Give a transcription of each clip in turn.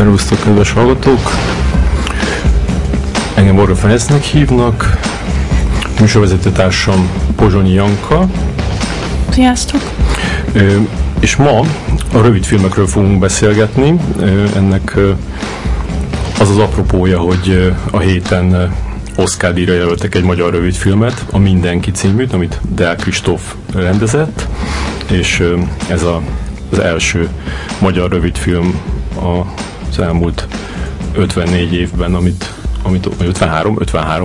Szervusztok, kedves hallgatók! Engem Varga Ferencnek hívnak, műsorvezetőtársam Pozsonyi Janka. Sziasztok! És ma a rövid filmekről fogunk beszélgetni. Ennek az az apropója, hogy a héten Oscar-díjra jelöltek egy magyar rövidfilmet, a Mindenki címűt, amit Deák Kristóf rendezett, és ez az első magyar rövidfilm az elmúlt 54 évben, amit 53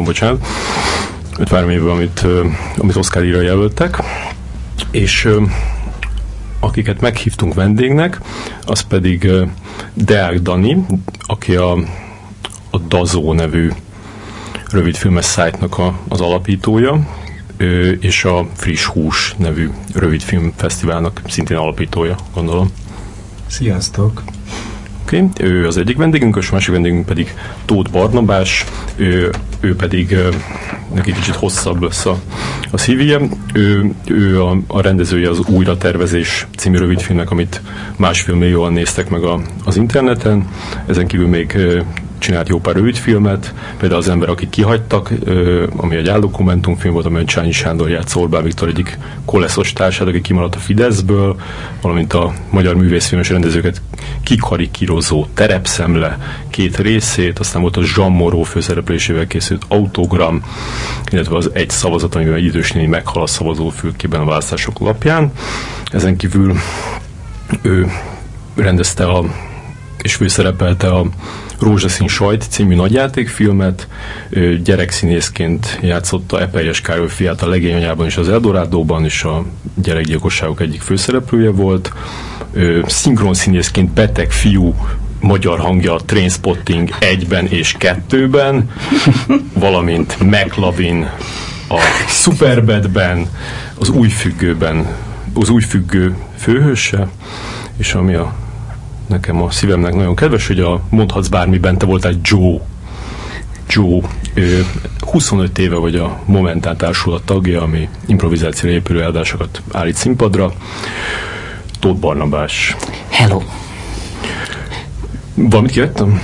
évben, amit Oscar-díjra jelöltek, és akiket meghívtunk vendégnek, az pedig Deák Dani, aki a Dazó nevű rövidfilmes szájtnak az alapítója, és a Friss Hús nevű rövidfilmfesztiválnak szintén alapítója, gondolom. Sziasztok! Oké, ő az egyik vendégünk, és a másik vendégünk pedig Tóth Barnabás, ő pedig neki kicsit hosszabb lesz a CV-je. Ő a rendezője az Újratervezés című rövidfilmnek, amit 1,5 millióan néztek meg az interneten. Ezen kívül még csinált jó pár rövidfilmet, például Az ember, akit kihagytak, ami egy áldokumentumfilm volt, amely Csányi Sándor játszott Orbán Viktor egyik koleszos társát, aki kimaradt a Fideszből, valamint a magyar művészfilmes rendezőket kikarikírozó Terepszemle 2 részét, aztán volt a Jean Moreau főszereplésével készült Autogram, illetve az Egy szavazat, amiben egy idős néni meghal a szavazófülkében a választások lapján. Ezen kívül ő rendezte és főszerepelte a Rózsaszín sajt című nagyjátékfilmet, gyerekszínészként játszotta Epelyes Károly fiát a Legény anyában és az Eldorádóban, és a Gyerekgyilkosságok egyik főszereplője volt. Szinkronszínészként Beteg fiú magyar hangja a Trainspotting 1-ben és 2-ben, valamint McLovin a Superbadben, az új függő főhőse, és ami nekem a szívemnek nagyon kedves, hogy a Mondhatsz bármiben te voltál Joe, 25 éve vagy a Momentán társulat tagja, ami improvizációra épülő előadásokat állít színpadra. Tóth Barnabás. Hello! Valamit kivettem?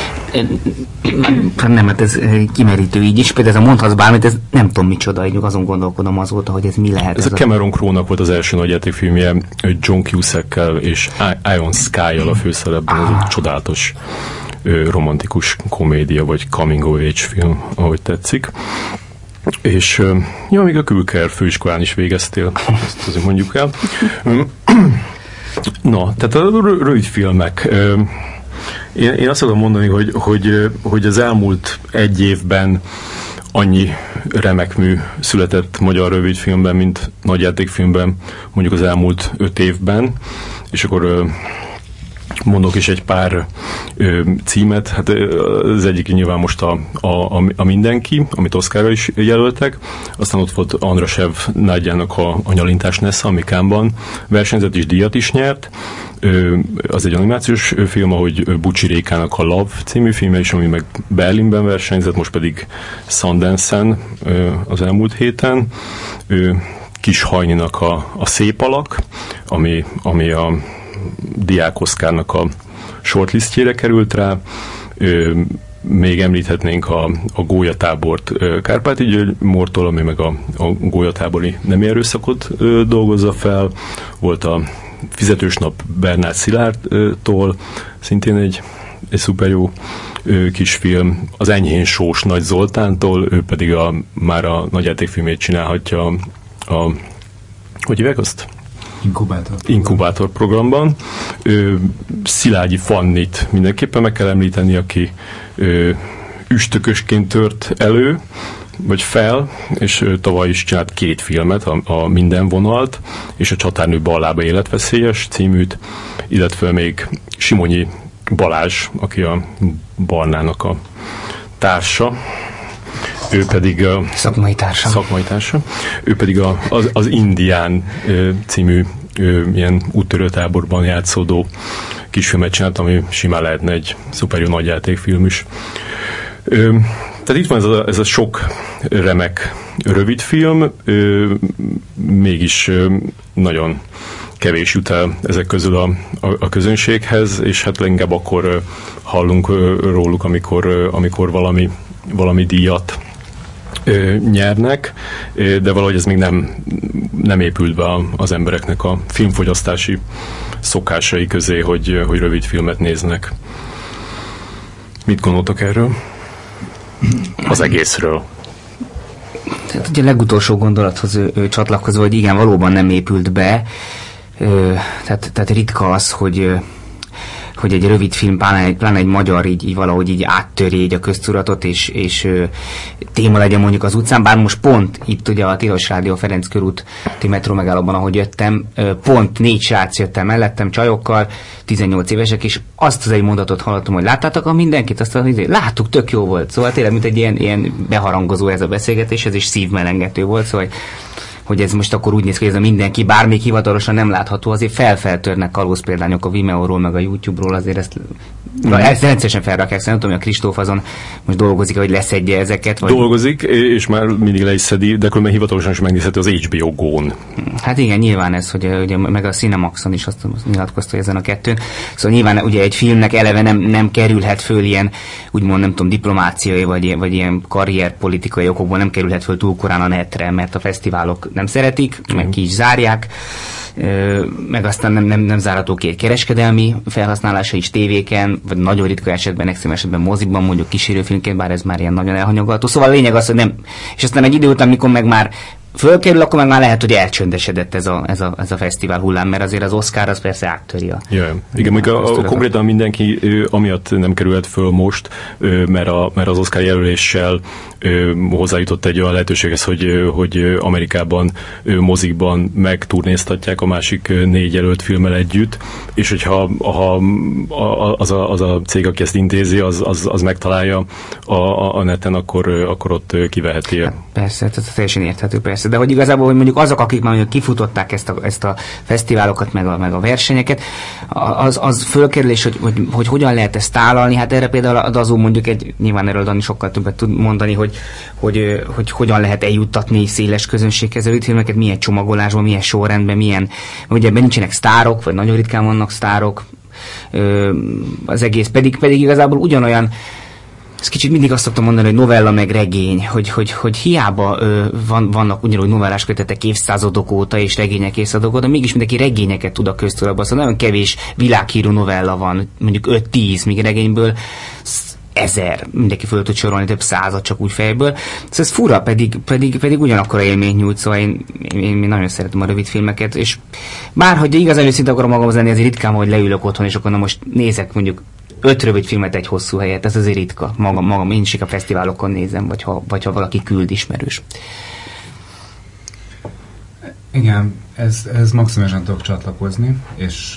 Nem, hát ez kimerítő így is. Például ez a Mondhatsz bármit, ez nem tudom micsoda, így azon gondolkodom azóta, hogy ez mi lehet. Ez a Cameron Crowe-nak volt az első nagyjátékfilmje, John Cusack-kel és Ion Sky-jal a főszerepben. Ez egy csodálatos romantikus komédia, vagy coming of age film, ahogy tetszik. És még a Külker főiskolán is végeztél, ezt azért mondjuk el. Na, tehát a rövid filmek. Én azt akarom mondani, hogy az elmúlt egy évben annyi remek mű született magyar rövidfilmben, mint nagyjátékfilmben mondjuk az elmúlt 5 évben, és akkor mondok is egy pár címet. Hát az egyik nyilván most a Mindenki, amit Oscarra is jelöltek, aztán ott volt Andrasev Nádjának a Nyalintás Nessa, ami Cannes-ban versenyzett és díjat is nyert. Az egy animációs film, ahogy Bucsi Rékának a Love című filmje is, ami meg Berlinben versenyzett, most pedig Sundance-en az elmúlt héten. Kis Hajninak a Szép alak, ami a Diák Oscarnak a shortlistjére került rá. Még említhetnénk a Gólyatábort Kárpáti György Mórtól, ami meg a gólyatábori nemi erőszakot dolgozza fel. Volt a Fizetős nap Bernát Szilárdtól, szintén egy szuper jó kis film. Az Enyhén sós Nagy Zoltántól, ő pedig már a nagyjátékfilmét csinálhatja hogy hívják azt? Inkubátor programban. Szilágyi Fannit mindenképpen meg kell említeni, aki üstökösként tört elő, vagy fel, és tavaly is csinált 2 filmet, a Minden vonalt, és a Csatárnő Ballába életveszélyes címűt, illetve még Simonyi Balázs, aki a Barnának a társa, ő pedig szakmai társa. Ő pedig az Indián című ilyen úttörőtáborban játszódó kisfilmet csinált, ami simán lehetne egy szuper jó nagyjátékfilm is. Tehát itt van ez a sok remek rövidfilm, mégis nagyon kevés jut el ezek közül a közönséghez, és hát leginkább akkor hallunk róluk, amikor valami díjat nyernek, de valahogy ez még nem épült be az embereknek a filmfogyasztási szokásai közé, hogy rövid filmet néznek. Mit gondoltok erről? Az egészről. Tehát ugye a legutolsó gondolathoz csatlakozva, hogy igen, valóban nem épült be. Tehát ritka az, hogy egy rövid film, pláne egy magyar így valahogy így áttöri így a köztudatot, és téma legyen mondjuk az utcán, bár most pont itt ugye a Tilos Rádió Ferenc körút metró megállóban, ahogy jöttem, pont 4 srác jöttem mellettem csajokkal, 18 évesek, és azt az egy mondatot hallottam, hogy láttátok a mindenkit, azt láttuk, tök jó volt. Szóval tényleg, mint egy ilyen beharangozó ez a beszélgetés, ez is szívmelengető volt, szóval hogy ez most akkor úgy néz ki, hogy ez a mindenki, bár még hivatalosan nem látható, azért feltörnek kalózpéldányok a Vimeo-ról, meg a YouTube-ról, azért ezt rendszeresen felrakják, szerintem, nem tudom, hogy a Kristóf azon most dolgozik, hogy leszedje ezeket. Vagy... Dolgozik, és már mindig le is szedi, de különben hivatalosan is megnézhető az HBO Go-n. Hát igen, nyilván ez, hogy ugye, meg a Cinemaxon is azt nyilatkozta, hogy ezen a kettőn. Szóval nyilván ugye egy filmnek eleve nem kerülhet föl ilyen, úgymond nem tudom, diplomáciai, vagy ilyen karrierpolitikai okokból nem kerülhet föl túl korán a netre, mert a fesztiválok nem szeretik, meg ki is zárják, meg aztán nem zárható ki egy kereskedelmi felhasználása is tévéken, vagy nagyon ritka esetben, extrém esetben mozikban, mondjuk kísérőfilmként, bár ez már ilyen nagyon elhanyagolható. Szóval a lényeg az, hogy nem. És aztán egy idő után, mikor meg már fölkerül, akkor meg már lehet, hogy elcsöndesedett ez a fesztivál hullám, mert azért az Oscar az persze áttöri a... Igen, még konkrétan mindenki amiatt nem került föl most, mert az Oscar jelöléssel hozzájutott egy olyan lehetőséghez, hogy Amerikában mozikban megturnéztatják a másik 4 jelölt filmmel együtt, és hogyha az a cég, aki ezt intézi, az megtalálja a neten, akkor ott kiveheti. Hát persze, ez teljesen érthető, persze. De hogy igazából, hogy mondjuk azok, akik már mondjuk kifutották ezt a fesztiválokat, meg a versenyeket, az fölkerülés, hogy hogyan lehet ezt tálalni, hát erre például a Dazó mondjuk nyilván erről Dani sokkal többet tud mondani, hogy hogyan lehet eljuttatni széles közönséghez a filmeket, milyen csomagolásban, milyen sorrendben, ugye ebben nincsenek sztárok, vagy nagyon ritkán vannak sztárok, az egész pedig igazából ugyanolyan. Ez kicsit mindig azt szoktam mondani, hogy novella meg regény, hogy hiába vannak ugyanúgy novellás kötetek évszázadok óta, és regények évszázadok óta, mégis mindenki regényeket tud a köztudatban. Szóval nagyon kevés világhírű novella van, mondjuk 5-10, míg regényből 1000, mindenki föl tud sorolni, több 100 csak úgy fejből. Szóval ez fura, pedig ugyanakkora élmény nyújt, szóval én nagyon szeretem a rövid filmeket, és bárhogy igazán őszinte akarom magamhoz lenni, azért ritkán, hogy leülök otthon, és akkor na most nézek mondjuk 5 rövid filmet egy hosszú helyet, ez azért ritka. Magam én is a fesztiválokon nézem, vagy ha valaki küld ismerős. Igen, ez maximálisan tudok csatlakozni, és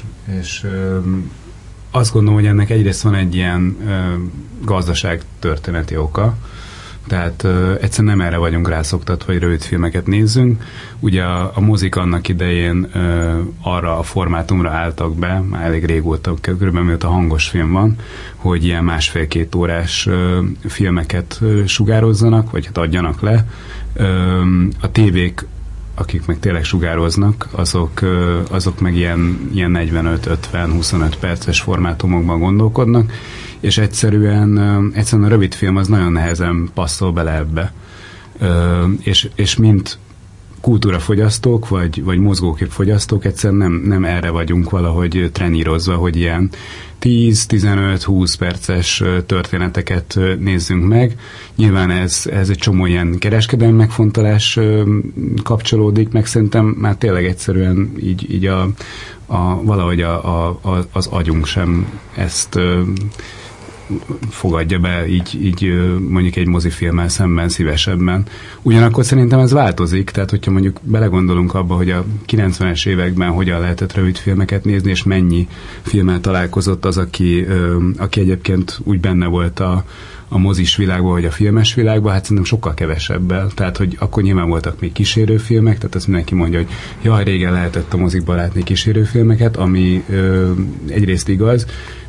azt gondolom, hogy ennek egyrészt van egy ilyen gazdaságtörténeti oka, tehát egyszerűen nem erre vagyunk rászoktatva, hogy rövid filmeket nézzünk. Ugye a mozik annak idején arra a formátumra álltak be, már elég régóta, körülbelül mióta hangos film van, hogy ilyen 1,5-2 órás filmeket sugározzanak, vagy hát adjanak le. A tévék, akik meg tényleg sugároznak, azok meg ilyen 45-50-25 perces formátumokban gondolkodnak, és egyszerűen a rövid film az nagyon nehezen passzol bele ebbe. És mint kultúrafogyasztók, vagy mozgóképfogyasztók egyszerűen nem erre vagyunk valahogy trenírozva, hogy ilyen 10-15-20 perces történeteket nézzünk meg. Nyilván ez egy csomó ilyen kereskedelmi megfontolás kapcsolódik, meg szerintem már tényleg egyszerűen így valahogy az agyunk sem ezt fogadja be így mondjuk egy mozifilmmel szemben szívesebben. Ugyanakkor szerintem ez változik, tehát hogyha mondjuk belegondolunk abba, hogy a 90-es években hogyan lehetett rövid filmeket nézni, és mennyi filmmel találkozott az, aki egyébként úgy benne volt a mozis világban, vagy a filmes világban, hát szerintem sokkal kevesebbel. Tehát, hogy akkor nyilván voltak még kísérőfilmek, tehát azt mindenki mondja, hogy jaj, régen lehetett a mozikban látni kísérőfilmeket, ami egyrészt igaz,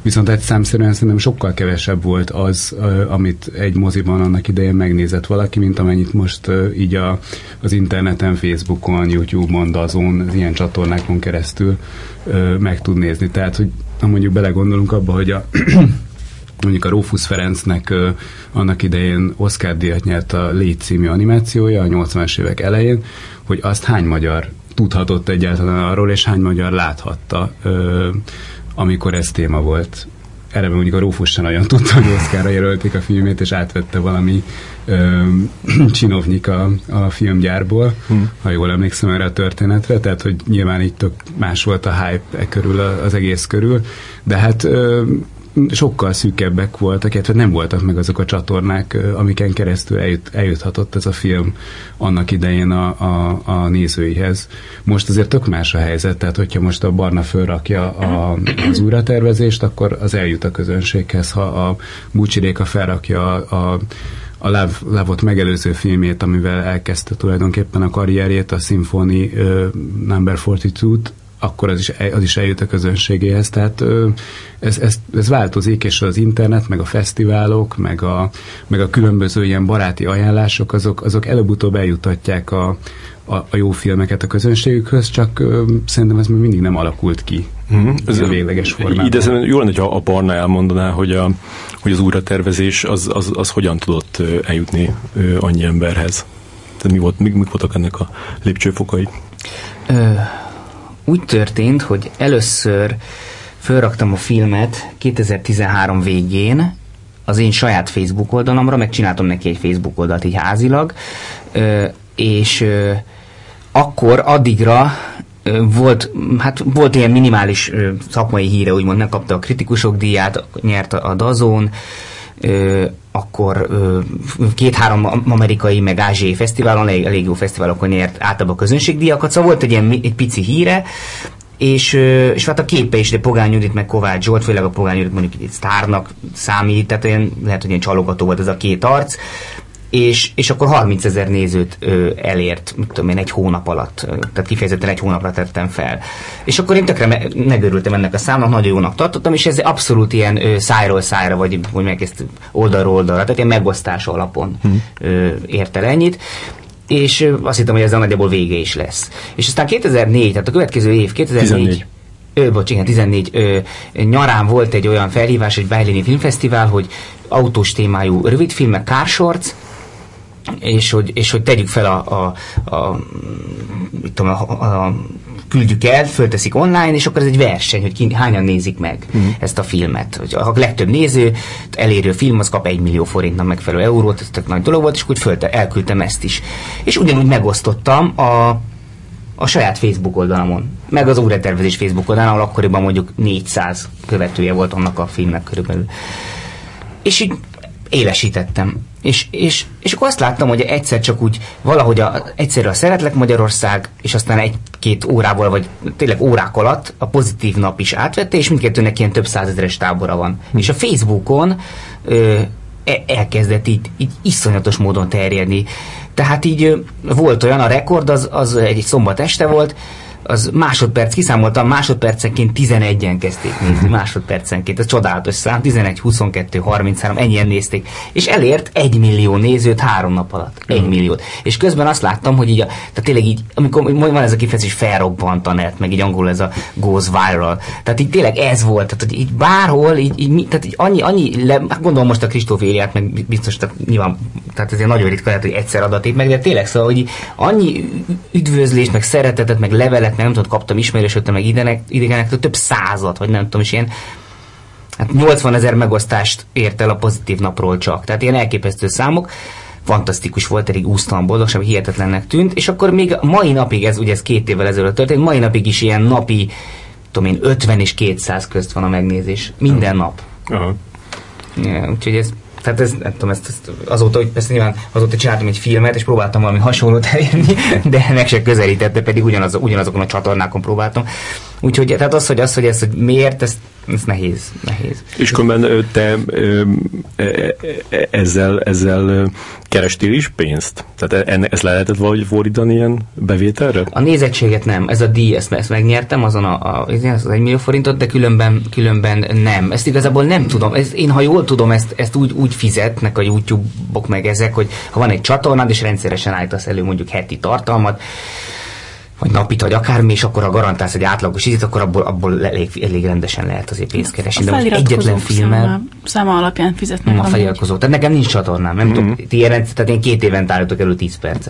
viszont egy számszerűen szerintem sokkal kevesebb volt az, amit egy moziban annak idején megnézett valaki, mint amennyit most így az interneten, Facebookon, YouTube-on, DAZN, ilyen csatornákon keresztül meg tud nézni. Tehát, hogy ha mondjuk belegondolunk abba, hogy mondjuk a Rófusz Ferencnek annak idején Oscar-díjat nyert a Légy című animációja a 80-as évek elején, hogy azt hány magyar tudhatott egyáltalán arról, és hány magyar láthatta, amikor ez téma volt. Erre mondjuk a Rófusz sem nagyon tudta, hogy Oscarra jelölték a filmét, és átvette valami csinovnyik a filmgyárból, ha jól emlékszem erre a történetre, tehát, hogy nyilván így tök más volt a hype körül, az egész körül, de hát sokkal szűkebbek voltak, illetve nem voltak meg azok a csatornák, amiken keresztül eljuthatott ez a film annak idején a nézőihez. Most azért tök más a helyzet, tehát hogyha most a Barna fölrakja az újratervezést, akkor az eljut a közönséghez. Ha a Bucsi Réka felrakja a Love-ot megelőző filmét, amivel elkezdte tulajdonképpen a karrierjét, a Symphony No. 42-t, akkor az is eljut a közönségéhez. Tehát ez változik, és az internet, meg a fesztiválok, meg a különböző ilyen baráti ajánlások, azok előbb-utóbb eljutatják a jó filmeket a közönségükhöz, csak szerintem ez még mindig nem alakult ki ez a végleges formában. Ide szerintem jó lenne, hogy a Barna elmondaná, hogy az újratervezés az hogyan tudott eljutni annyi emberhez. Tehát mik voltak ennek a lépcsőfokai? Úgy történt, hogy először felraktam a filmet 2013 végén az én saját Facebook oldalamra, megcsináltam neki egy Facebook oldalt így házilag, és akkor addigra volt ilyen minimális szakmai híre, úgymond megkapta a kritikusok díját, nyert a DAZN, akkor 2-3 amerikai meg ázsiai fesztiválon, elég jó fesztiválokon nyert általában a közönségdíjakat, szóval volt egy pici híre, és hát a képe is, de Pogány Judit meg Kovács Zsolt, főleg a Pogány Judit mondjuk egy sztárnak számít, tehát lehet, hogy ilyen csalogató volt ez a két arc, és akkor 30 000 nézőt elért, mit tudom én, egy hónap alatt, tehát kifejezetten egy hónapra tettem fel. És akkor én tökre megörültem ennek a számnak, nagyon jónak tartottam, és ez abszolút ilyen szájról szájra, vagy hogy megkezd oldalról oldalra, tehát ilyen megosztás alapon ért el ennyit. És azt hittem, hogy ezzel nagyjából vége is lesz. És aztán 2004, tehát a következő év, 2014, 14 nyarán volt egy olyan felhívás, egy Berlini Filmfesztivál, hogy autós témájú rövidfilmek, kársort, és hogy tegyük fel küldjük el, fölteszik online, és akkor ez egy verseny, hogy hányan nézik meg ezt a filmet. Hogy a legtöbb néző elérő film, az kap 1 millió forintnak megfelelő eurót, ez tök nagy dolog volt, és úgy elküldtem ezt is. És ugyanúgy megosztottam a saját Facebook oldalamon, meg az újratervezés Facebook oldalán, ahol akkoriban mondjuk 400 követője volt annak a filmnek körülbelül. És így élesítettem. És akkor azt láttam, hogy egyszer csak úgy valahogy egyszerre a Szeretlek Magyarország, és aztán 1-2 órával, vagy tényleg órák alatt a Pozitív Nap is átvette, és mindkettőnek ilyen több százezeres tábora van. És a Facebookon elkezdett így iszonyatos módon terjedni. Tehát így volt olyan, a rekord az egy szombat este volt, az kiszámoltam, másodpercenként 11-en kezdték nézni, másodpercenként, ez csodálatos szám, 11, 22, 33, ennyien nézték, és elért 1 millió nézőt 3 nap alatt, 1 milliót. És közben azt láttam, hogy így, tehát tényleg így, amikor van ez a kifejezés, felrobbant a net, meg így angolul ez a goes viral, tehát így tényleg ez volt, tehát így bárhol, tehát így gondolom most a Kristóf Éliát, meg biztos, tehát nyilván, tehát ez nagyon ritka lehet, hogy egyszer adaték meg, de tényleg szóval, hogy annyi üdvözlést, meg szeretetet, meg levelet, meg nem tudom, kaptam ismerősöktől, meg idegenektől több százat, vagy nem tudom, és ilyen 80 000 megosztást ért el a Pozitív Napról csak. Tehát ilyen elképesztő számok. Fantasztikus volt, elég úsztalan boldogság, hihetetlennek tűnt, és akkor még mai napig, ez 2 évvel ezelőtt történt, mai napig is ilyen napi, tudom én, 50 és 200 közt van a megnézés. Minden nap. Ja, úgyhogy ez, tehát ez, nem tudom, ezt azóta, hogy persze nyilván azóta csináltam egy filmet, és próbáltam valami hasonlót elérni, de meg se közelítette, pedig ugyanazokon a csatornákon próbáltam. Úgyhogy tehát hogy miért, ez nehéz. És különben te ezzel kerestél is pénzt? Tehát ezt lehetett valahogy fordítani ilyen bevételre? A nézettséget nem. Ez a díj, ezt megnyertem, azon az 1 millió forintot, de különben nem. Ezt igazából nem tudom. Én, ha jól tudom, ezt úgy fizetnek a YouTube-ok meg ezek, hogy ha van egy csatornád, és rendszeresen állítasz elő mondjuk heti tartalmat, vagy napit, vagy akármi, és akkor ha garantálsz egy átlagos ízét, akkor abból elég rendesen lehet azért pénzt keresni. De most egyetlen filmmel száma alapján fizetnek. A feliratkozó. Tehát nekem nincs csatornám. Nem tudom, tehát én 2 évente állítok elő 10 percet.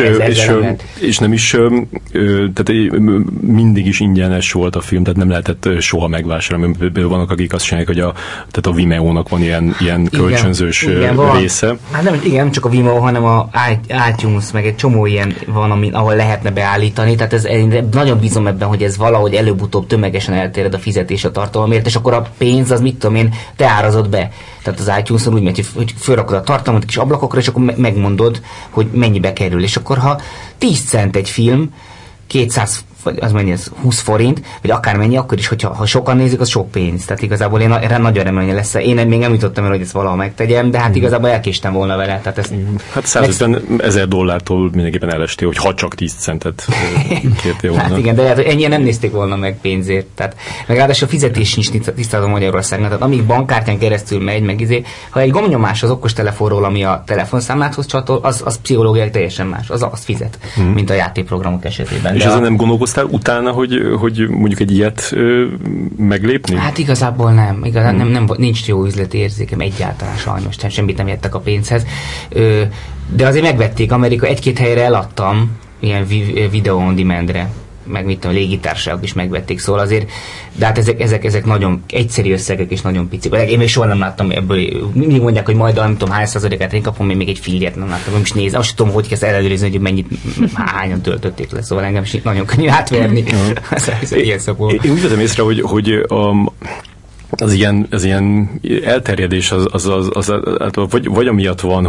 És nem is, tehát mindig is ingyenes volt a film, tehát nem lehetett soha megvásárolni. Vannak, akik azt csinálják, hogy tehát a Vimeo-nak van ilyen kölcsönzős része. Hát nem csak a Vimeo, hanem a iTunes, meg egy csomó ilyen van, ahol lehetne beállítani. Tehát én nagyon bízom ebben, hogy ez valahogy előbb-utóbb tömegesen eltéred a fizetés a tartalomért, és akkor a pénz az, mit tudom én, te árazod be. Tehát az iTunes-on úgy megy, hogy felrakod a tartalmat kis ablakokra, és akkor megmondod, hogy mennyibe kerül. És akkor ha 10 cent egy film, 200, vagy az mennyi, ez 20 forint, vagy akármennyi, akkor is, hogyha sokan nézik, az sok pénz. Tehát igazából én erre nagyon remélem lesz. Én még nem jutottam el, hogy ezt valahol megtegyem, de hát igazából elkéstem volna vele. Tehát ezt hát $150,000 mindenképpen elestél, hogy ha csak 10 centet kértél volna. Hát igen, de lehet, hogy ennyien nem nézték volna meg pénzért. Tehát meg ráadásul a fizetés nincs tisztázva Magyarországon. Tehát amíg bankkártyán keresztül megy, ha egy gombnyomás az okostelefonról, ami a telefonszámláthoz csatol, az pszichológiai teljesen más. Az fizet, mint a játékprogramok esetében. És ezen nem gondolkoztál utána, hogy mondjuk egy ilyet meglépni? Hát igazából nem. Nem, nincs jó üzleti érzékem egyáltalán sajnos. Tehát semmit nem értek a pénzhez. De azért megvették. Amerika 1-2 helyre eladtam ilyen videó on demand-re, meg mit tudom, légitársaságok is megvették, szóval azért, de hát ezek nagyon egyszerű összegek és nagyon picik. Én még soha nem láttam ebből, mindig mondják, hogy majd nem tudom hány százalékát én kapom, még egy fillért nem láttam, nem is nézem, azt tudom, hogy kezd ellenőrizni, hogy mennyit, hányan töltötték le, szóval engem is nagyon könnyű átverni. Én úgy vettem észre, hogy az ilyen elterjedés vagy amiatt van,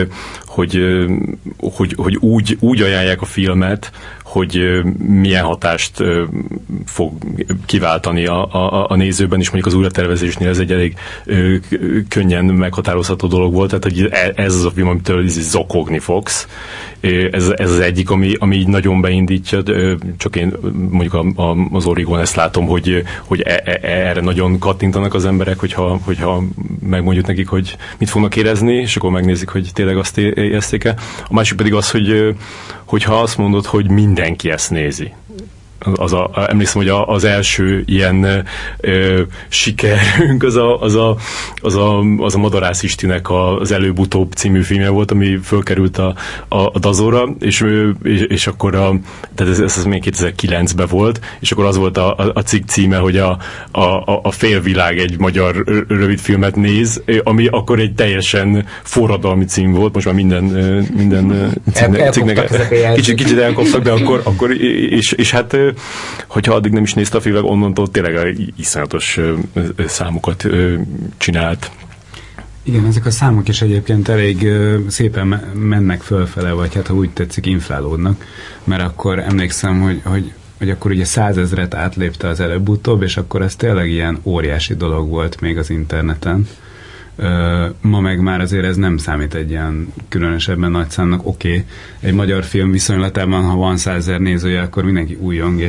hogy úgy ajánlják a filmet, hogy milyen hatást fog kiváltani a nézőben, és mondjuk az újratervezésnél ez egy elég könnyen meghatározható dolog volt, tehát hogy ez az a film, amitől zokogni fogsz. Ez az egyik, ami így nagyon beindítja, csak én mondjuk az Origon ezt látom, hogy erre nagyon kattintanak az emberek, hogyha megmondjuk nekik, hogy mit fognak érezni, és akkor megnézik, hogy tényleg azt érezték-e. A másik pedig az, hogyha azt mondod, hogy mindenki ezt nézi. Emlékszem, hogy az első ilyen sikerünk az a Madarász Istinek az Előbb-utóbb című filmje volt, ami fölkerült a Dazóra, és akkor tehát ez még 2009-ben volt, és akkor az volt a cikk címe, hogy a félvilág egy magyar rövidfilmet néz, ami akkor egy teljesen forradalmi cím volt, most már minden cikknek kicsit elkoptak, de akkor és hát hogyha addig nem is nézte a filmet, onnantól tényleg iszonyatos számokat csinált. Igen, ezek a számok is egyébként elég szépen mennek fölfele, vagy hát ha úgy tetszik, inflálódnak, mert akkor emlékszem, hogy akkor ugye 100 000-et átlépte az előbb-utóbb, és akkor ez tényleg ilyen óriási dolog volt még az interneten. Ma meg már azért ez nem számít egy ilyen különösebben nagy számnak. Oké, egy magyar film viszonylatában, ha van 100 000 nézője, akkor mindenki újjong,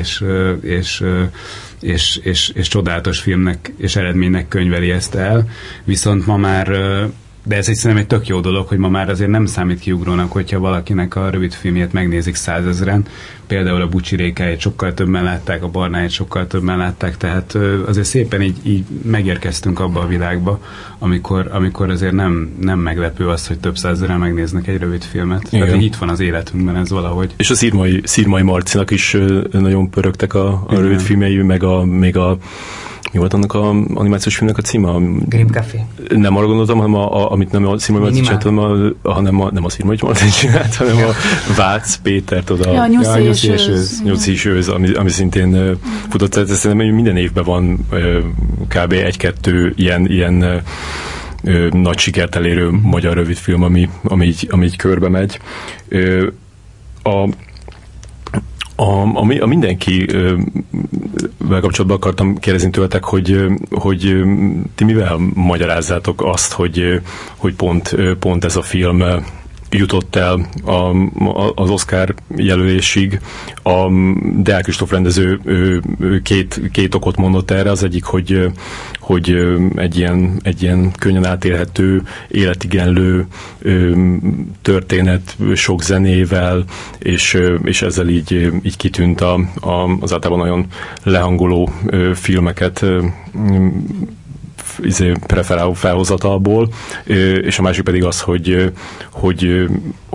és csodálatos filmnek és eredménynek könyveli ezt el. Viszont ma már, de ez szerintem egy tök jó dolog, hogy ma már azért nem számít kiugrónak, hogyha valakinek a rövid filmjét megnézik 100 000-en. Például a Bucsi Rékáját sokkal többen látták, a Barnáját sokkal többen látták, tehát azért szépen így megérkeztünk abba a világba, amikor azért nem meglepő az, hogy több 100 000-en megnéznek egy rövid filmet. Igen. Tehát itt van az életünkben ez valahogy. És a Szirmai Marcinak is nagyon pörögtek a rövid filmjei, még a mi volt annak az animációs filmnek a címe? Grim Café. Nem arra gondoltam, hanem amit nem a Szirmai Marci csinált, nem a Szirmai Marci csinált, hanem a Vácz Pétert oda. Ja, Nyuszi és Őz, ami szintén futott. Tehát szerintem minden évben van kb. 1-2 ilyen nagy sikert elérő magyar rövidfilm, ami így körbe megy. A mindenki kapcsolatban akartam kérdezni tőletek, hogy ti mivel magyarázzátok azt, hogy pont ez a film jutott el az Oscar jelölésig. A Deák Kristóf rendező két okot mondott erre. Az egyik, hogy egy ilyen könnyen átélhető, életigenlő történet sok zenével, és ezzel így kitűnt az általában nagyon lehangoló filmeket preferáló felhozatalból, és a másik pedig az, hogy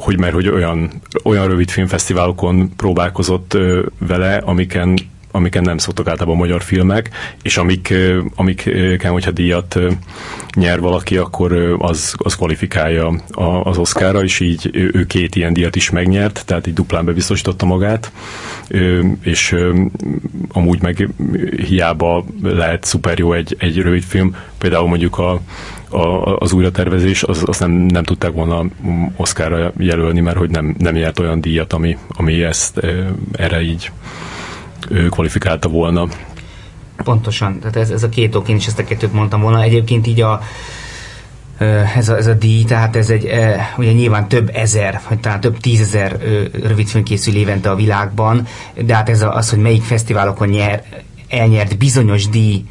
olyan rövid filmfesztiválokon próbálkozott vele, amiken nem szoktak általában magyar filmek, és amiken, hogyha díjat nyer valaki, akkor az kvalifikálja az Oscarra, és így ő két ilyen díjat is megnyert, tehát így duplán bebiztosította magát, és amúgy meg hiába lehet szuper jó egy rövid film, például mondjuk az újratervezés, azt nem tudták volna Oscarra jelölni, mert hogy nem nyert olyan díjat, ami ezt erre így kvalifikálta volna. Pontosan, tehát ez a két ok, én is ezt a kettőt mondtam volna. Egyébként így ez a díj, tehát ez ugye nyilván több ezer, vagy talán több tízezer rövidfilm készül évente a világban, de hát ez az, hogy melyik fesztiválokon elnyert bizonyos díj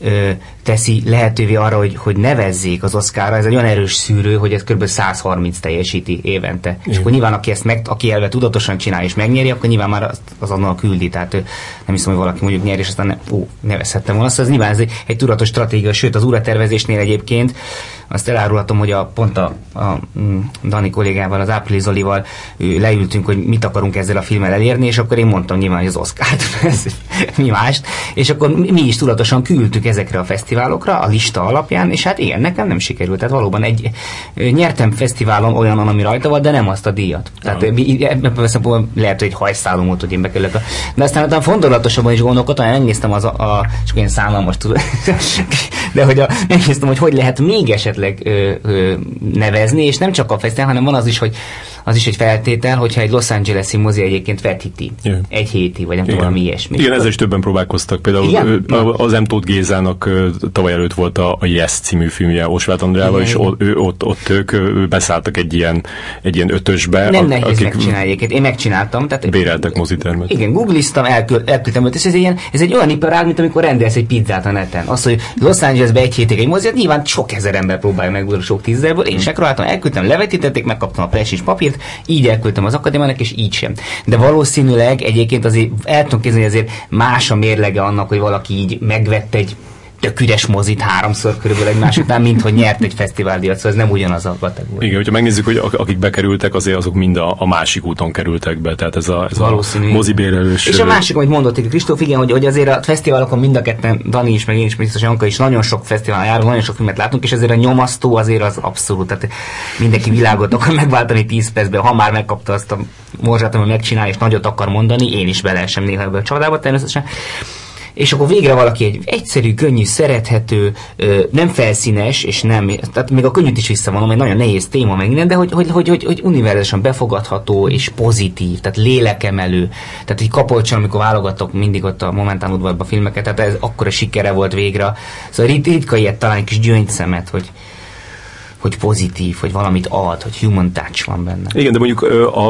teszi lehetővé arra, hogy nevezzék az Oscarra, ez egy olyan erős szűrő, hogy ez kb. 130 teljesíti évente. És akkor nyilván, aki elve tudatosan csinálja és megnyeri, akkor nyilván már azonnal küldi, tehát nem hiszem, hogy valaki mondjuk nyer, és aztán nevezhettem volna. Szóval nyilván ez egy tudatos stratégia, sőt az újratervezésnél egyébként azt elárulhatom, hogy pont a Dani kollégával, az Április Zolival leültünk, hogy mit akarunk ezzel a filmmel elérni, és akkor én mondtam nyilván, hogy az Oscart, mi mást, és akkor mi is tudatosan küldtük ezekre a fesztiválokra, a lista alapján, és hát igen, nekem nem sikerült. Tehát valóban nyertem fesztiválon olyanon, ami rajta volt, de nem azt a díjat. Tehát ebben lehet, hogy egy hajszálom volt, hogy én bekerülök. De aztán fontolatosabban is gondolkodtam, megnéztem csak ilyen szánalmas tudom, de hogy megnéztem, hogy lehet még esetleg nevezni, és nem csak a fesztivál, hanem van az is, hogy feltétel, hogyha egy Los Angeles-i mozi egyébként vetíti. Egy héti, vagy nem tudom, mi ilyesmi. Igen, ezzel is többen próbálkoztak. Például az M. Tóth Gézának tavaly előtt volt a Yes című filmje Osváth Andrával, és ott ők beszálltak egy ilyen ötösbe. Nem nehéz megcsinálni egyébként. Én megcsináltam. Tehát béreltek mozitermet. Igen, googliztam, elküldtem őt, és ez egy olyan iparág, mint amikor rendelsz egy pizzát a neten. Az, hogy Los Angelesbe egy hétig egy mozi, nyilván sok ezer ember próbálja meg, sok tízezerből. Én sekroláltam, elküldtem, levetítették, megkaptam a pressis papírt, így elküldtem az akadémiának, és így sem. De valószínűleg egyébként azért el tudom képzelni, hogy azért más a mérlege annak, hogy valaki így megvett egy tök üres mozit 3-szor körülbelül egymás után, mint hogy nyert egy fesztiváldíjat, szóval ez nem ugyanaz a kategória. Igen, hogyha megnézzük, hogy akik bekerültek, azért azok mind a másik úton kerültek be, tehát ez a mozibérelős. És a másik, amit mondott Kristóf, igen, hogy azért a fesztiválokon mind a ketten, Dani is, meg én is, biztos, Janka is nagyon sok fesztiválon járunk, nagyon sok filmet látunk, és azért a nyomasztó azért az abszolút, tehát mindenki világot akar megváltani 10 percben, ha már megkapta azt a morzsát, amit megcsinál, és nagyot akar mondani, én is beleesem néha ebbe a családába természetesen. És akkor végre valaki egy egyszerű, könnyű, szerethető, nem felszínes, és nem, tehát még a könnyűt is visszavonom, egy nagyon nehéz téma meg minden, de hogy univerzálisan befogadható és pozitív, tehát lélekemelő. Tehát egy Kapolcson, amikor válogatok mindig ott a Momentán udvarban filmeket, tehát ez akkora sikere volt végre. Szóval ritka ilyet talán egy kis gyöngyszemet, hogy pozitív, hogy valamit ad, hogy human touch van benne. Igen, de mondjuk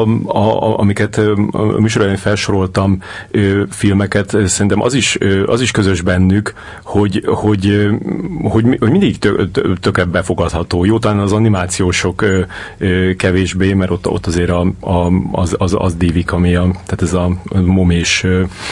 amiket a műsorban felsoroltam filmeket, szerintem az is közös bennük, hogy mindig tökéletesen befogadható. Jó, talán az animációsok kevésbé, mert ott azért az dívik, tehát ez a momés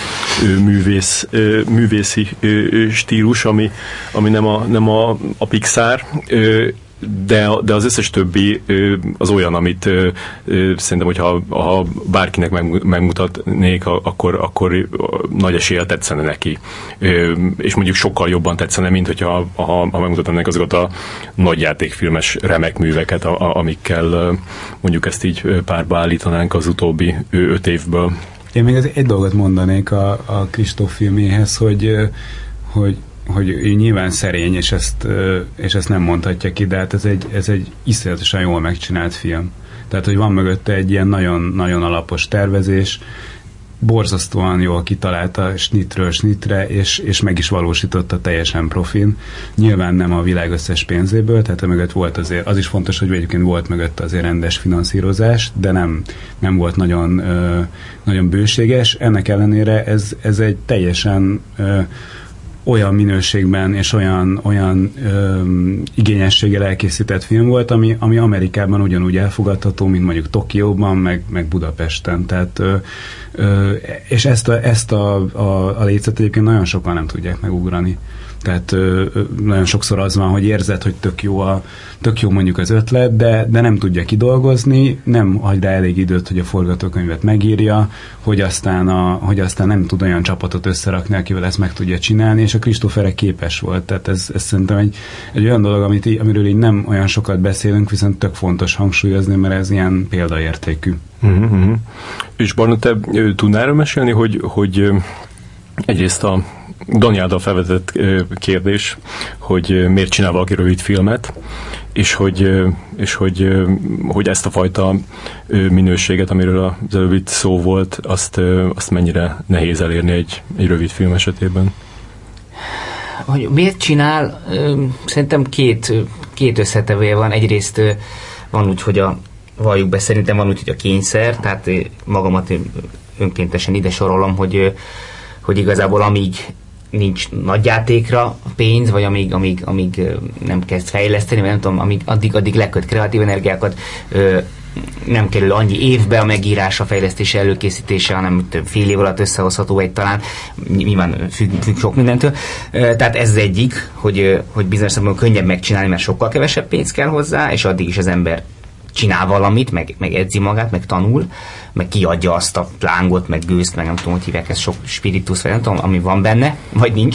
művészi stílus, ami nem a Pixar, de az összes többi az olyan, amit szerintem, hogyha bárkinek megmutatnék, akkor nagy eséllyel tetszene neki. És mondjuk sokkal jobban tetszene, mint hogyha megmutatnának azokat a nagyjátékfilmes remek műveket, amikkel mondjuk ezt így párba állítanánk az utóbbi 5 évből. Én még egy dolgot mondanék a Kristóf filméhez, hogy ő nyilván szerény, és ezt nem mondhatja ki, de hát ez egy iszonyatosan jól megcsinált film. Tehát, hogy van mögötte egy ilyen nagyon, nagyon alapos tervezés, borzasztóan jól kitalálta snitről snitre, és meg is valósította teljesen profin. Nyilván nem a világ összes pénzéből, tehát mögött volt azért, az is fontos, hogy egyébként volt mögött azért rendes finanszírozás, de nem volt nagyon, nagyon bőséges. Ennek ellenére ez egy teljesen olyan minőségben és olyan igényességgel elkészített film volt, ami Amerikában ugyanúgy elfogadható, mint mondjuk Tokióban, meg Budapesten. Tehát, és ezt a lécet egyébként nagyon sokan nem tudják megugrani. Tehát nagyon sokszor az van, hogy érzed, hogy tök jó mondjuk az ötlet, de nem tudja kidolgozni, nem hagy rá elég időt, hogy a forgatókönyvet megírja, hogy aztán nem tud olyan csapatot összerakni, akivel ezt meg tudja csinálni, és a Christopher képes volt. Tehát ez szerintem egy olyan dolog, amiről így nem olyan sokat beszélünk, viszont tök fontos hangsúlyozni, mert ez ilyen példaértékű. Uh-huh. És Barna, te tudnál mesélni, hogy egyrészt a Dani által felvetett kérdés, hogy miért csinál valaki rövid filmet, és hogy ezt a fajta minőséget, amiről az előbb itt szó volt, azt mennyire nehéz elérni egy rövid film esetében? Hogy miért csinál? Szerintem két összetevője van. Egyrészt van úgy, hogy valljuk be, szerintem van úgy, hogy a kényszer, tehát magamat önkéntesen ide sorolom, hogy igazából amíg nincs nagyjátékra pénz, vagy amíg nem kezd fejleszteni, vagy nem tudom, addig leköt kreatív energiákat, nem kerül annyi évbe a megírása, fejlesztése, előkészítése, hanem több fél év alatt összehozható egy talán, nyilván függ sok mindentől. Tehát ez az egyik, hogy bizonyos szempontból könnyebb megcsinálni, mert sokkal kevesebb pénz kell hozzá, és addig is az ember csinál valamit, meg edzi magát, meg tanul, meg kiadja azt a plángot, meg gőzt, meg nem tudom, hogy hívják, ez sok spiritus, vagy nem tudom, ami van benne, vagy nincs.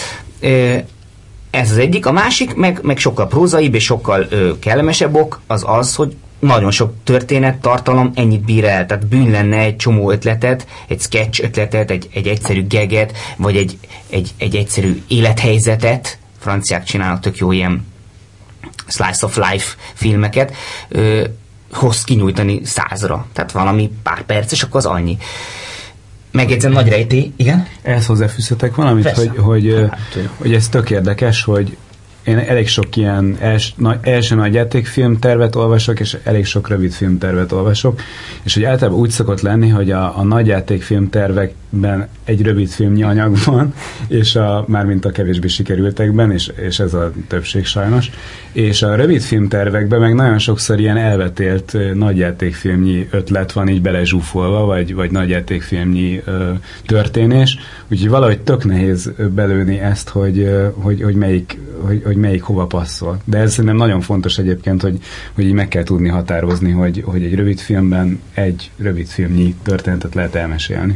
Ez az egyik. A másik, meg sokkal prózaibb és sokkal kellemesebb ok, az, hogy nagyon sok történet, tartalom ennyit bír el. Tehát bűn lenne egy csomó ötletet, egy sketch ötletet, egy egyszerű gaget, vagy egy egyszerű élethelyzetet. Franciák csinálnak tök jó ilyen slice of life filmeket, hoz kinyújtani 100-ra. Tehát valami pár perc, és akkor az annyi. Megjegyzem, nagy rejtély, igen? Ehhez hozzáfűzhetek valamit, hogy ez tök érdekes, hogy én elég sok ilyen első nagyjátékfilm tervet olvasok, és elég sok rövid filmtervet olvasok, és hogy általában úgy szokott lenni, hogy a nagyjátékfilm tervekben egy rövid filmnyi anyag van, és mármint a kevésbé sikerültekben, és ez a többség sajnos, és a rövid filmtervekben meg nagyon sokszor ilyen elvetélt nagyjátékfilmnyi ötlet van így belezsúfolva, vagy nagyjátékfilmnyi történés, úgyhogy valahogy tök nehéz belőni ezt, hogy melyik hova passzol. De ez szerintem nagyon fontos egyébként, hogy így meg kell tudni határozni, hogy egy rövid filmben egy rövid filmnyi történetet lehet elmesélni.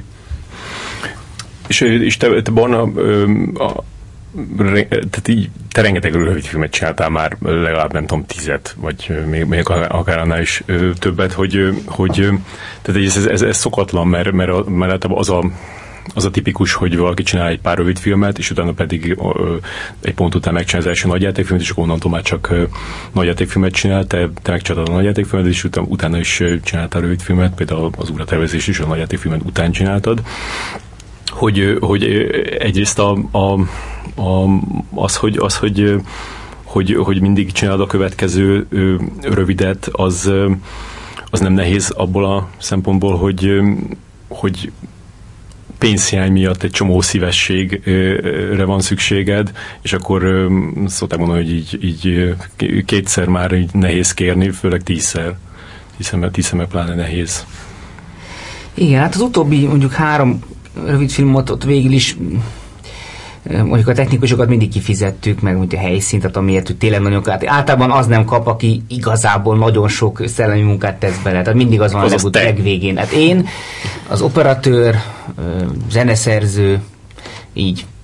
És te Barna, tehát így, te rengeteg rövid filmet csináltál már, legalább nem tudom 10, vagy még akár annál is többet, hogy tehát ez szokatlan, mert az a tipikus, hogy valaki csinál egy pár rövid filmet, és utána pedig egy pont után megcsinál az első nagyjátékfilmet, és akkor onnantól már csak nagyjátékfilmet csinál, te megcsináltad a nagyjátékfilmet, és utána is csináltál rövid filmet, például az Újratervezés is a nagyjátékfilmet után csináltad. Hogy egyrészt hogy mindig csinálod a következő rövidet, az nem nehéz abból a szempontból, hogy pénzhiány miatt egy csomó szívességre van szükséged, és akkor szokták mondani, hogy így kétszer már így nehéz kérni, főleg 10-szer. Hiszen meg pláne nehéz. Igen, hát az utóbbi mondjuk 3 rövid filmot ott végül is mondjuk a technikusokat mindig kifizettük, meg mondjuk a helyszínt, tehát amiért, hogy tényleg nagyon általában az nem kap, aki igazából nagyon sok szellemi munkát tesz bele. Tehát mindig az van a legvégén. Hát én, az operatőr, zeneszerző, így.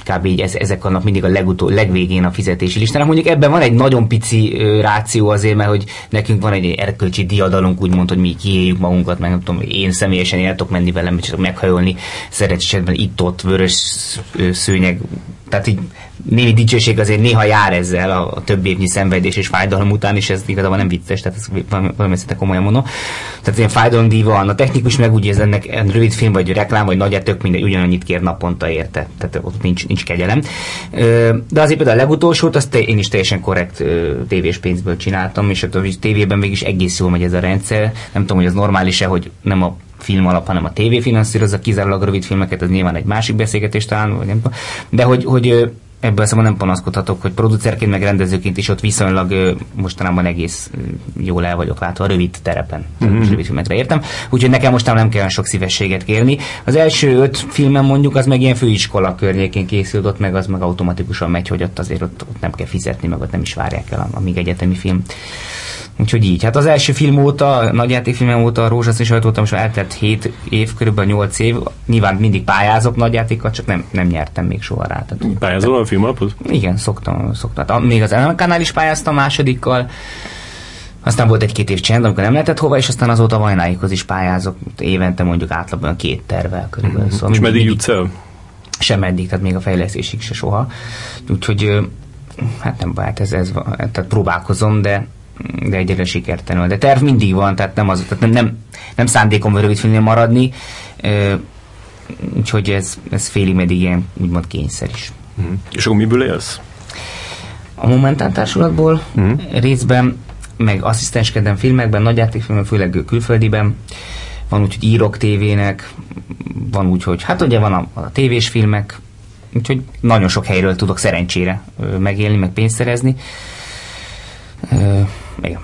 kb. Így ezek vannak mindig a legvégén a fizetési listának. Mondjuk ebben van egy nagyon pici ráció azért, mert hogy nekünk van egy erkölcsi diadalunk, úgymond, hogy mi kiéljük magunkat, meg nem tudom, én személyesen el tudok menni velem, csak meghajolni, szerencsétben itt-ott vörös szőnyeg, tehát így némi dicsőség azért néha jár ezzel a több évnyi szenvedés és fájdalom után, és ez igazából nem vicces, tehát ez valami szinte komolyan mondom. Tehát ilyen fájdalomdíj van, a technikus meg úgy, ez ennek rövid film, vagy reklám, vagy nagy, tök mindegy, ugyanannyit kér naponta érte, tehát ott nincs kegyelem. De azért például a legutolsót, azt én is teljesen korrekt tévés pénzből csináltam, és a tévében mégis egész jól megy ez a rendszer. Nem tudom, hogy az normális-e, hogy nem a film alap, hanem a tévé finanszírozza kizárólag rövid filmeket, ez nyilván egy másik beszélgetés talán, vagy nem tudom. De hogy ebből szóval nem panaszkodhatok, hogy producerként meg rendezőként is ott viszonylag mostanában egész jól el vagyok látva a rövid terepen. Rövid filmekre értem. Úgyhogy nekem mostanában nem kell sok szívességet kérni. Az első 5 filmem mondjuk az meg ilyen főiskola környékén készült, ott meg az meg automatikusan megy, hogy ott azért ott nem kell fizetni, meg ott nem is várják el, amíg egyetemi film. Úgyhogy így. Hát az első film óta, a nagyjátékfilmem óta, a Rózsaszín sajt óta most eltelt 7 év, körülbelül 8 év. Nyilván mindig pályázok nagyjátékat, csak nem nyertem még soha rá. Pályázol a film alapot? Igen, szoktam. Még az NLK-nál is pályáztam másodikkal. Aztán volt egy-két év csend, amikor nem lehetett hova, és aztán azóta Vajnáikhoz is pályázok. Évente mondjuk átlagban 2 tervvel körülbelül. Szóval és meddig jutsz el? Sem eddig, tehát még a fejlesztésig se soha. Úgyhogy hát nem baj, tehát próbálkozom, de egyre sikertelenül. De terv mindig van, tehát nem szándékom rövidfilmnél maradni, úgyhogy ez félig meddig ilyen úgymond kényszer is. És akkor miből élsz? A Momentán társulatból részben, meg asszisztenskedem filmekben, nagyjátékfilmben, főleg külföldiben. Van úgy, hogy írok tévének, van úgy, hogy hát ugye van a tévés filmek, úgyhogy nagyon sok helyről tudok szerencsére megélni, meg pénzt szerezni. Igen.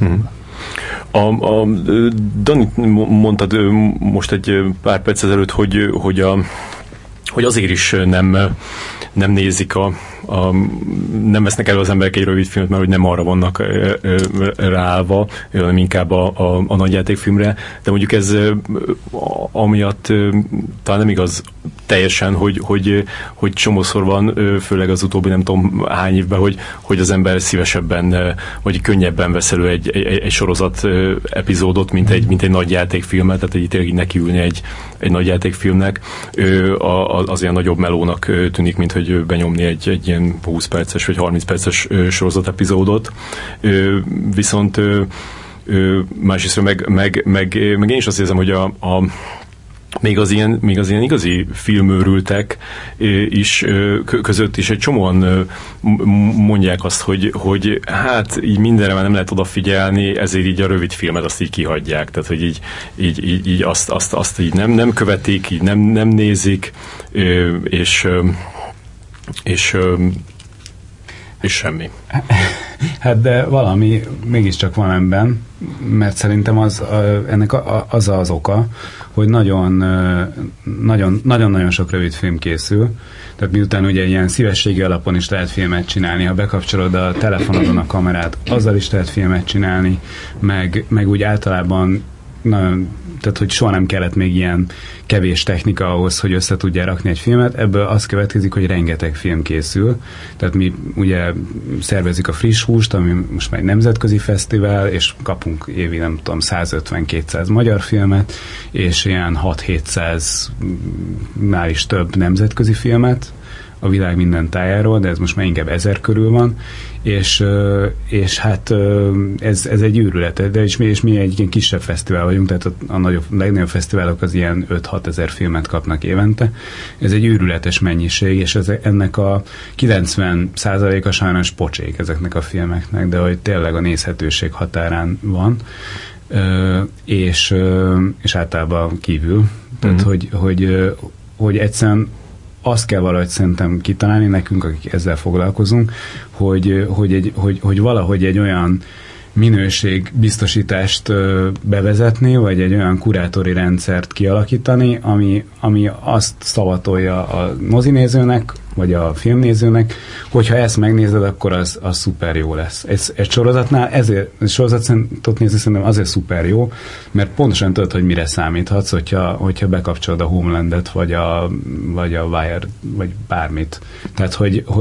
Dani, mondtad most egy pár perc ezelőtt, hogy azért is nem nézik nem vesznek elő az emberek egy rövid filmet, mert hogy nem arra vannak ráállva, hanem inkább a nagyjátékfilmre, de mondjuk ez amiatt talán nem igaz teljesen, hogy csomószor van, főleg az utóbbi nem tudom hány évben, hogy az ember szívesebben, vagy könnyebben vesz elő egy sorozat epizódot, mint egy nagyjátékfilmet, tehát így tényleg nekiülni egy nagyjátékfilmnek, az ilyen nagyobb melónak tűnik, mint hogy benyomni egy ilyen 20 perces vagy 30 perces sorozat epizódot. Viszont másrészt meg én is azt érzem, hogy még az ilyen igazi filmőrültek is között is egy csomóan mondják azt, hogy hát így mindenre már nem lehet odafigyelni, ezért így a rövid filmet azt így kihagyják, tehát hogy így azt így nem követik, így nem nézik, és semmi. Hát de valami mégiscsak van ebben, mert szerintem ennek az az oka, hogy nagyon-nagyon sok rövid film készül, tehát miután ugye ilyen szívességi alapon is lehet filmet csinálni, ha bekapcsolod a telefonodon a kamerát, azzal is lehet filmet csinálni, meg úgy általában tehát, hogy soha nem kellett még ilyen kevés technika ahhoz, hogy össze tudja rakni egy filmet. Ebből az következik, hogy rengeteg film készül. Tehát mi ugye szervezik a Friss Húst, ami most már egy nemzetközi fesztivál, és kapunk évi, nem tudom, 150-200 magyar filmet, és ilyen 600-700-nál is több nemzetközi filmet a világ minden tájáról, de ez most már inkább 1000 körül van, és hát ez egy őrület, de és mi egy ilyen kisebb fesztivál vagyunk, tehát a legnagyobb fesztiválok az ilyen 5-6 ezer filmet kapnak évente. Ez egy őrületes mennyiség, és ennek a 90%-a sajnos pocsék ezeknek a filmeknek, de hogy tényleg a nézhetőség határán van, és általában kívül. Tehát, hogy egyszerűen azt kell valahogy szerintem kitalálni nekünk, akik ezzel foglalkozunk, hogy valahogy egy olyan minőségbiztosítást bevezetni, vagy egy olyan kurátori rendszert kialakítani, ami azt szavatolja a mozinézőnek, vagy a filmnézőnek, ezt megnézed, akkor az szuper jó lesz. Egy sorozatnál sorozatot nézni szerintem azért szuper jó, mert pontosan tudod, hogy mire számíthatsz, hogyha bekapcsolod a Homelandet, vagy a Wire, vagy bármit. Tehát,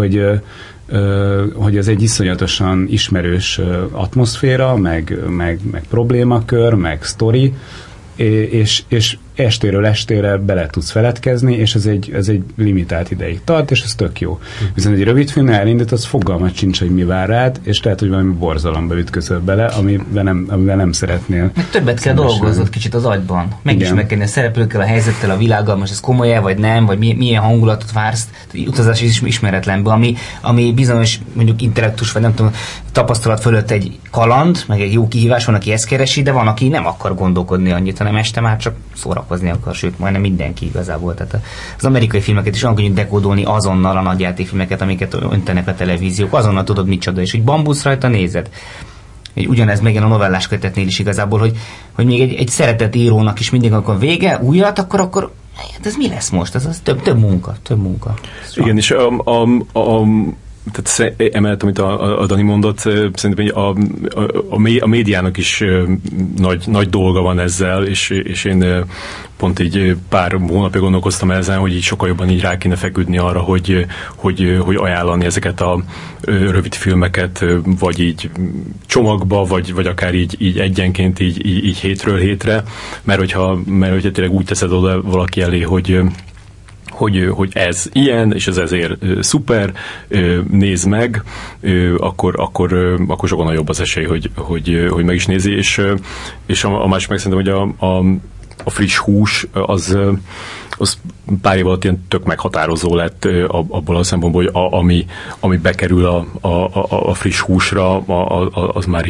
hogy ez egy iszonyatosan ismerős atmoszféra, meg problémakör, meg sztori, és estéről estére bele tudsz feledkezni, és ez egy limitált ideig tart, és ez tök jó. Viszont egy rövid filmnél elindítasz, fogalmat sincs, hogy mi vár rád, és lehet, hogy valami borzalomba ütközöl bele, amivel nem szeretnél. Meg többet kell dolgoznod kicsit az agyban. Megismerkedni a szereplőkkel, a helyzettel, a világgal, most ez komoly-e, vagy nem, vagy milyen hangulatot vársz, utazás is ismeretlenből, ami bizonyos, mondjuk intellektus, vagy nem tudom, tapasztalat fölött egy kaland, meg egy jó kihívás, van, aki ezt keresi, de van, aki nem akar gondolkodni annyit, hanem este már csak szórakozni akar, sőt, majdnem mindenki igazából. Tehát az amerikai filmeket is olyan könnyű dekódolni azonnal, a nagyjátékfilmeket, amiket öntenek a televíziók, azonnal tudod micsoda, és hogy bambusz rajta nézed. Ugyanez még a novellás kötetnél is igazából, hogy még egy szeretett írónak is mindig, amikor vége, újat, akkor hát ez mi lesz most? Ez több munka. Igen, és tehát emellett, amit a Dani mondott, szerintem a médiának is nagy dolga van ezzel, és én pont így pár hónapja gondolkoztam ezen, hogy így sokkal jobban így rá kéne feküdni arra, hogy ajánlani ezeket a rövid filmeket, vagy így csomagba, vagy akár így egyenként így hétről hétre, mert hogyha tényleg úgy teszed oda valaki elé, hogy ez ilyen, és ez ezért szuper, nézd meg, akkor sokan nagyobb az esély, hogy meg is nézi, és a másik meg szerintem, hogy a friss hús az pár év alatt ilyen tök meghatározó lett abból a szempontból, hogy ami bekerül a friss húsra, az már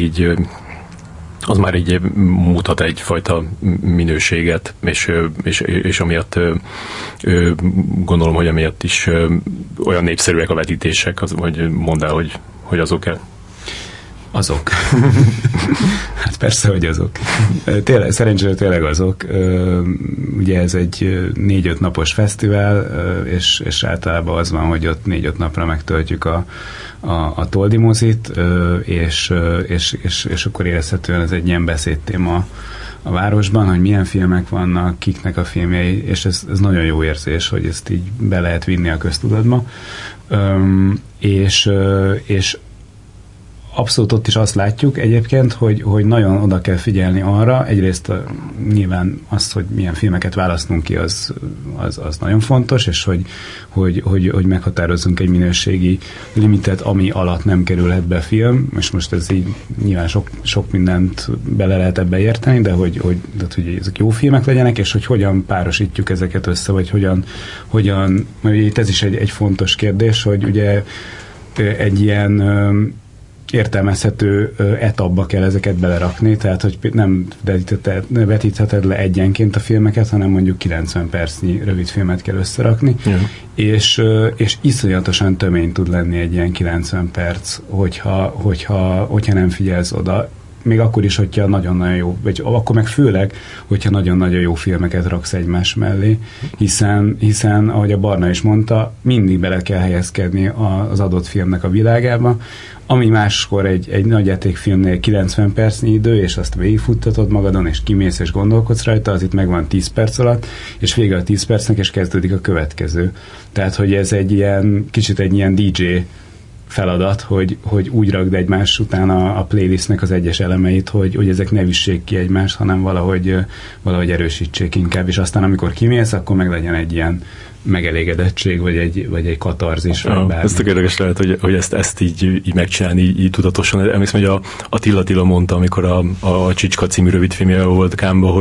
így mutat egyfajta minőséget, és amiatt gondolom, hogy amiatt is olyan népszerűek a vetítések, hogy mondd el, hogy azok-e. Azok. Hát persze, hogy azok. Szerencsére tényleg azok. Ugye ez egy 4-5 napos fesztivál, és általában az van, hogy ott 4-5 napra megtöltjük a Toldi mozit, és akkor érezhetően ez egy ilyen beszédtéma a városban, hogy milyen filmek vannak, kiknek a filmjei, és ez nagyon jó érzés, hogy ezt így be lehet vinni a köztudatba. És abszolút ott is azt látjuk egyébként, hogy nagyon oda kell figyelni arra, egyrészt nyilván azt, hogy milyen filmeket választunk ki, az nagyon fontos, és hogy meghatározzunk egy minőségi limitet, ami alatt nem kerülhet be film, és most ez így nyilván sok mindent bele lehet ebbe érteni, de hogy ezek jó filmek legyenek, és hogy hogyan párosítjuk ezeket össze, vagy hogyan mert itt ez is egy fontos kérdés, hogy ugye egy ilyen értelmezhető etapba kell ezeket belerakni, tehát hogy nem vetítheted le egyenként a filmeket, hanem mondjuk 90 percnyi rövid filmet kell összerakni, és iszonyatosan tömény tud lenni egy ilyen 90 perc, hogyha nem figyelsz oda. Még akkor is, hogyha nagyon-nagyon jó, vagy akkor meg főleg, hogyha nagyon-nagyon jó filmeket raksz egymás mellé, hiszen ahogy a Barna is mondta, mindig bele kell helyezkedni az adott filmnek a világába, ami máskor egy nagyjátékfilmnél 90 percnyi idő, és azt végigfuttatod magadon, és kimész, és gondolkodsz rajta, az itt megvan 10 perc alatt, és vége a 10 percnek, és kezdődik a következő. Tehát, hogy ez kicsit egy ilyen DJ feladat, hogy úgy rakd egymás után a playlistnek az egyes elemeit, hogy ezek ne vissék ki egymást, hanem valahogy erősítsék inkább, és aztán amikor kimész, akkor meg legyen egy ilyen megelégedettség, vagy egy katarzis. Ez tök érdekes lehet, hogy ezt így megcsinálni, így tudatosan. Emlékszem, hogy a Attila mondta, amikor a Csicska című rövidfilmje volt Kámba,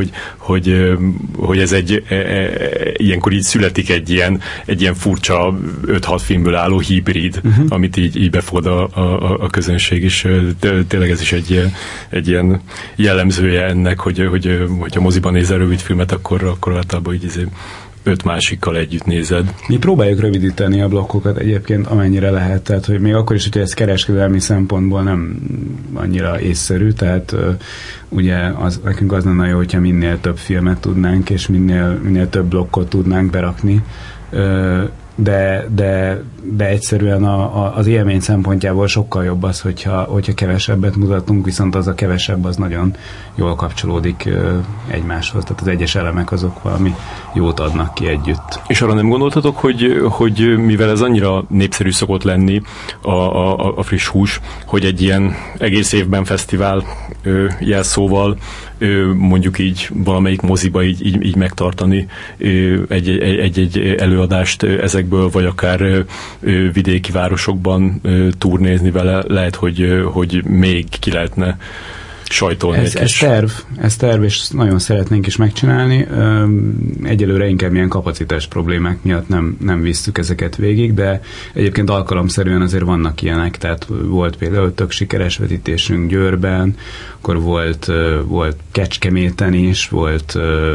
hogy ez ilyenkor így születik egy ilyen furcsa 5-6 filmből álló hibrid, amit így befogad a közönség, és tényleg ez is egy ilyen jellemzője ennek, hogy a moziban nézel rövidfilmet, akkor általában így 5 másikkal együtt nézed. Mi próbáljuk rövidíteni a blokkokat egyébként, amennyire lehet, tehát hogy még akkor is, hogyha ez kereskedelmi szempontból nem annyira észszerű, tehát ugye nekünk az lenne jó, hogyha minél több filmet tudnánk, és minél több blokkot tudnánk berakni, de egyszerűen az élmény szempontjából sokkal jobb az, hogyha kevesebbet mutatunk, viszont az a kevesebb az nagyon jól kapcsolódik egymáshoz, tehát az egyes elemek azok valami jót adnak ki együtt. És arra nem gondoltatok, hogy mivel ez annyira népszerű szokott lenni a friss hús, hogy egy ilyen egész évben fesztivál jelszóval mondjuk így valamelyik moziba így megtartani egy előadást ezekből, vagy akár vidéki városokban turnézni vele, lehet, hogy még ki lehetne sajtolni. Ez terv, és nagyon szeretnénk is megcsinálni. Egyelőre inkább ilyen kapacitás problémák miatt nem visszük ezeket végig, de egyébként alkalomszerűen azért vannak ilyenek, tehát volt például tök sikeres vetítésünk Győrben, akkor volt Kecskeméten is, volt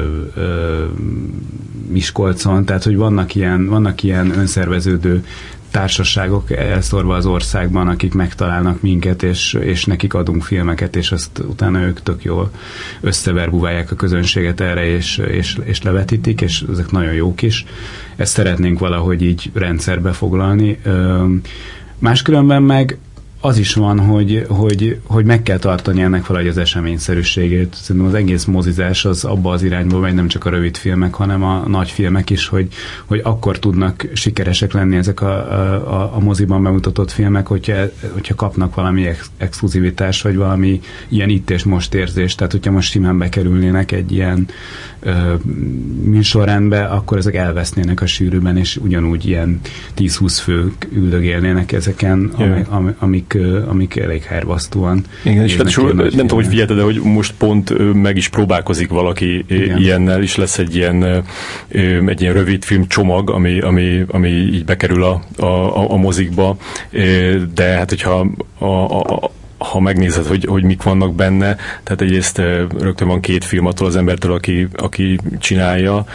Miskolcon, tehát hogy vannak ilyen önszerveződő társaságok elszórva az országban, akik megtalálnak minket, és nekik adunk filmeket, és azt utána ők tök jól összeverbuválják a közönséget erre, és levetítik, és ezek nagyon jók is. Ezt szeretnénk valahogy így rendszerbe foglalni. Máskülönben meg az is van, hogy meg kell tartani ennek valahogy az eseményszerűségét. Szerintem az egész mozizás az abba az irányba megy, nem csak a rövid filmek, hanem a nagy filmek is, hogy akkor tudnak sikeresek lenni ezek a moziban bemutatott filmek, hogyha kapnak valami exkluzivitást, vagy valami ilyen itt és most érzést. Tehát, hogyha most simán bekerülnének egy ilyen műsorrendbe, akkor ezek elvesznének a sűrűben, és ugyanúgy ilyen 10-20 fők üldögélnének ezeken, amik elég hervasztóan. Igen, és nem tudom, hogy figyelted, de hogy most pont meg is próbálkozik valaki ilyennel, és lesz egy ilyen rövid film csomag, ami így bekerül a mozikba, de hát hogyha ha megnézed, hogy mik vannak benne, tehát egyrészt rögtön van 2 film attól az embertől, aki csinálja.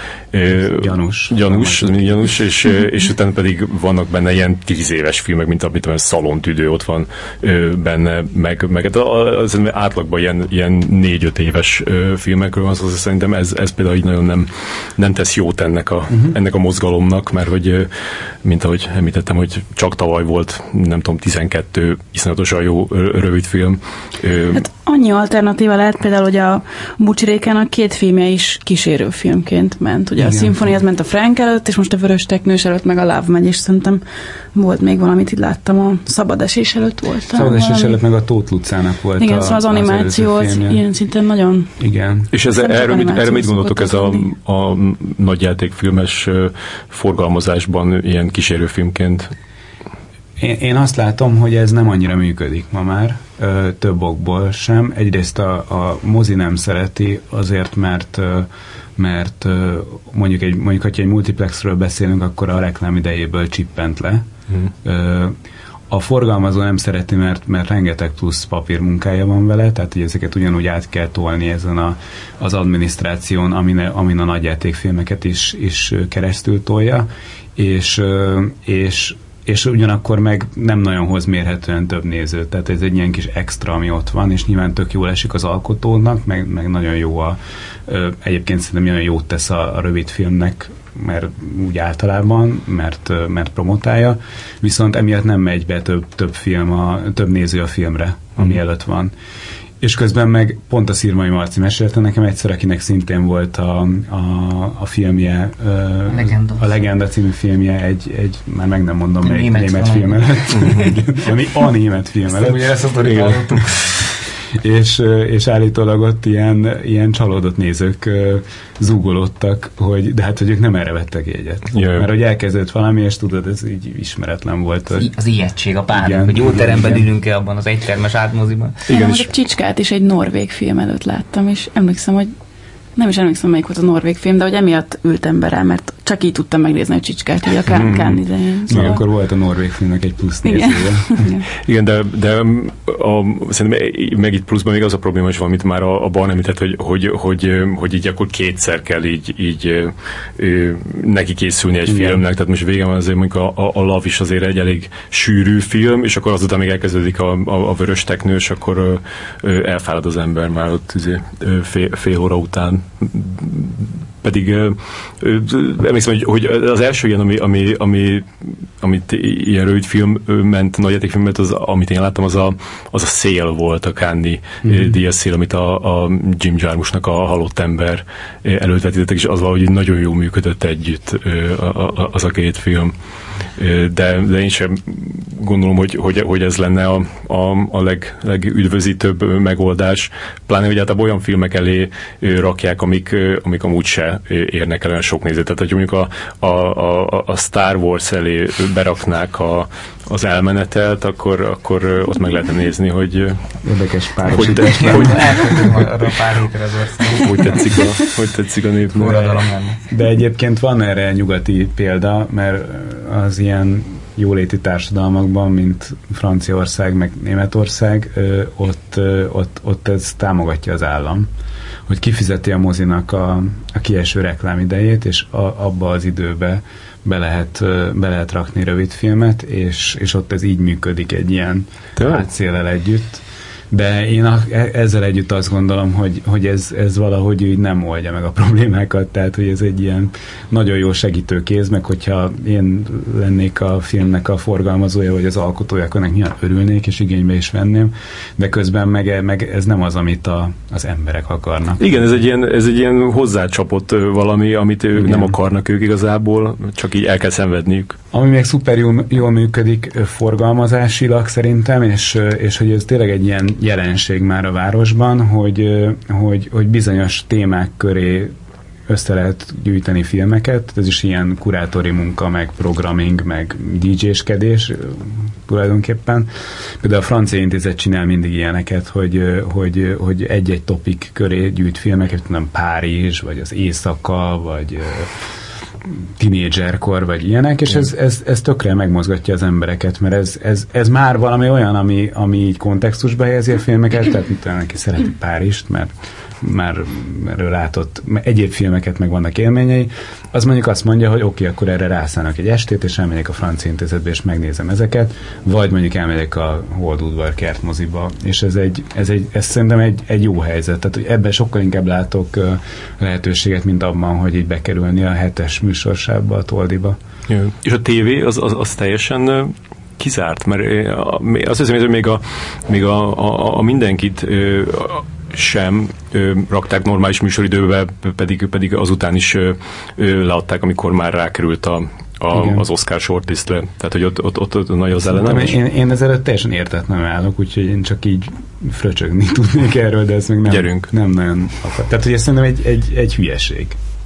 Gyanús, és utána pedig vannak benne ilyen 10 éves filmek, mint amit a Szalontüdő ott van benne, meg az átlagban ilyen 4-5 éves filmekről van, szóval szerintem ez például így nagyon nem tesz jót ennek a mozgalomnak, mert hogy, mint ahogy említettem, hogy csak tavaly volt, nem tudom, 12 iszonyatosan jó rövid film. Hát annyi alternatíva lehet például, hogy a Bucsirékának 2 filmje is kísérőfilmként ment. Ugye a Szimfonia az ment a Frank előtt, és most a Vörös Teknős előtt meg a Love megy, és szerintem volt még valamit, itt láttam, a Szabad esés előtt volt. Szabad esés előtt meg a Tóth Lucának volt. Igen, szóval az animáció az ilyen szinten nagyon... Igen. És erről mit gondoltok ez a nagyjátékfilmes forgalmazásban ilyen kísérőfilmként? Én azt látom, hogy ez nem annyira működik ma már, több okból sem. Egyrészt a mozi nem szereti, azért, mert mondjuk, hogyha egy multiplexről beszélünk, akkor a reklám idejéből csippent le. A forgalmazó nem szereti, mert rengeteg plusz papírmunkája van vele, tehát hogy ezeket ugyanúgy át kell tolni ezen az adminisztráción, amin a nagyjátékfilmeket is keresztül tolja, és ugyanakkor meg nem nagyon hoz mérhetően több nézőt, tehát ez egy ilyen kis extra, ami ott van, és nyilván tök jól esik az alkotónak, meg nagyon jó egyébként szerintem nagyon jót tesz a rövid filmnek, mert úgy általában, mert promotálja, viszont emiatt nem megy be több néző a filmre, ami előtt van. És közben meg pont a Szirmai Marci mesélte nekem egyszer, akinek szintén volt a filmje, a Legenda című filmje, egy már meg nem mondom, melyik német film előtt. A német film előtt. Ugye ezt hallottuk. És állítólag ott ilyen csalódott nézők zúgolódtak, de hát, hogy ők nem erre vettek jegyet. Mert hogy elkezdett valami, és tudod, ez így ismeretlen volt. Az ijegység, a pánik, hogy jó teremben ülünk-e abban az egytermes átmoziban. Igen, a Csicskát is egy norvég film előtt láttam, és emlékszem, hogy nem is emlékszem, melyik volt a norvég film, de hogy emiatt ültem be rá, mert csak így tudtam megnézni a Csicskát, így a Cannes idején. Szóval... akkor volt a norvég filmnek egy plusz nézője. Igen, de szerintem meg itt pluszban még az a probléma is van, amit már a Barna említett, hogy így akkor kétszer kell így neki készülni egy filmnek, tehát most végén van azért mondjuk a Love is azért egy elég sűrű film, és akkor azután még elkezdődik a Vörös Teknős, akkor elfárad az ember már ott fél óra után pedig emlékszem, hogy az első ilyen, amit ilyen rövid film ment, nagy játékfilm ment, amit én láttam, az a Szél volt, a Cannes díjas Szél, amit a Jim Jarmuschnak a Halott ember előtt vetítettek, és az valahogy nagyon jól működött együtt az a két film. De én sem gondolom, hogy ez lenne a legüdvözítőbb megoldás, pláne, hogy általában olyan filmek elé rakják, amik amúgy se érnek el olyan sok nézőt. Tehát, hogy mondjuk a Star Wars elé beraknák az elmenetelt, akkor ott meg lehetne nézni, hogy érdekes párosítás. Hogy tetszik a népnek. De egyébként van erre nyugati példa, mert az ilyen jóléti társadalmakban, mint Franciaország, meg Németország, ott ez támogatja az állam, hogy kifizeti a mozinak a kieső reklámidejét, és abba az időbe be lehet rakni rövidfilmet, és ott ez így működik egy ilyen átszéllel együtt. De én ezzel együtt azt gondolom, hogy ez valahogy így nem oldja meg a problémákat, tehát hogy ez egy ilyen nagyon jó segítőkéz, meg hogyha én lennék a filmnek a forgalmazója, vagy az alkotója, akkor nyilván örülnék, és igénybe is venném, de közben meg ez nem az, amit az emberek akarnak. Igen, ez egy ilyen hozzácsapott valami, amit ők nem akarnak ők igazából, csak így el kell szenvedniük. Ami még szuper jól működik forgalmazásilag szerintem, és hogy ez tényleg egy ilyen jelenség már a városban, hogy bizonyos témák köré össze lehet gyűjteni filmeket, ez is ilyen kurátori munka, meg programming, meg DJ-skedés tulajdonképpen. Például a Francia Intézet csinál mindig ilyeneket, hogy egy-egy topik köré gyűjt filmeket, nem Párizs, vagy az éjszaka, vagy tínédzserkor, vagy ilyenek, és ez tökre megmozgatja az embereket, mert ez már valami olyan, ami így kontextusba helyezi a filmeket, tehát mit tudom, aki szereti Párizst, mert már ő látott egyéb filmeket, meg vannak élményei, az mondjuk azt mondja, hogy oké, akkor erre rászállnak egy estét, és elmegyek a Francia Intézetbe, és megnézem ezeket, vagy mondjuk elmegyek a Holdudvar kertmoziba, és ez szerintem egy jó helyzet, tehát hogy ebben sokkal inkább látok lehetőséget, mint abban, hogy így bekerülni a 7-es műsorságba, a Toldiba. Jö. És a tévé az teljesen kizárt, mert azt hiszem, hogy még a mindenkit sem rakták normális műsoridőbe, pedig azután is leadták, amikor már rákerült az Oscar shortlistre. Tehát, hogy ott nagy az ellenállás. Én ezzel teljesen értetlenül állok, úgyhogy én csak így fröcsögni tudnék erről, de ez még nem nagyon akar. Tehát, hogy ez szerintem egy hülyeség.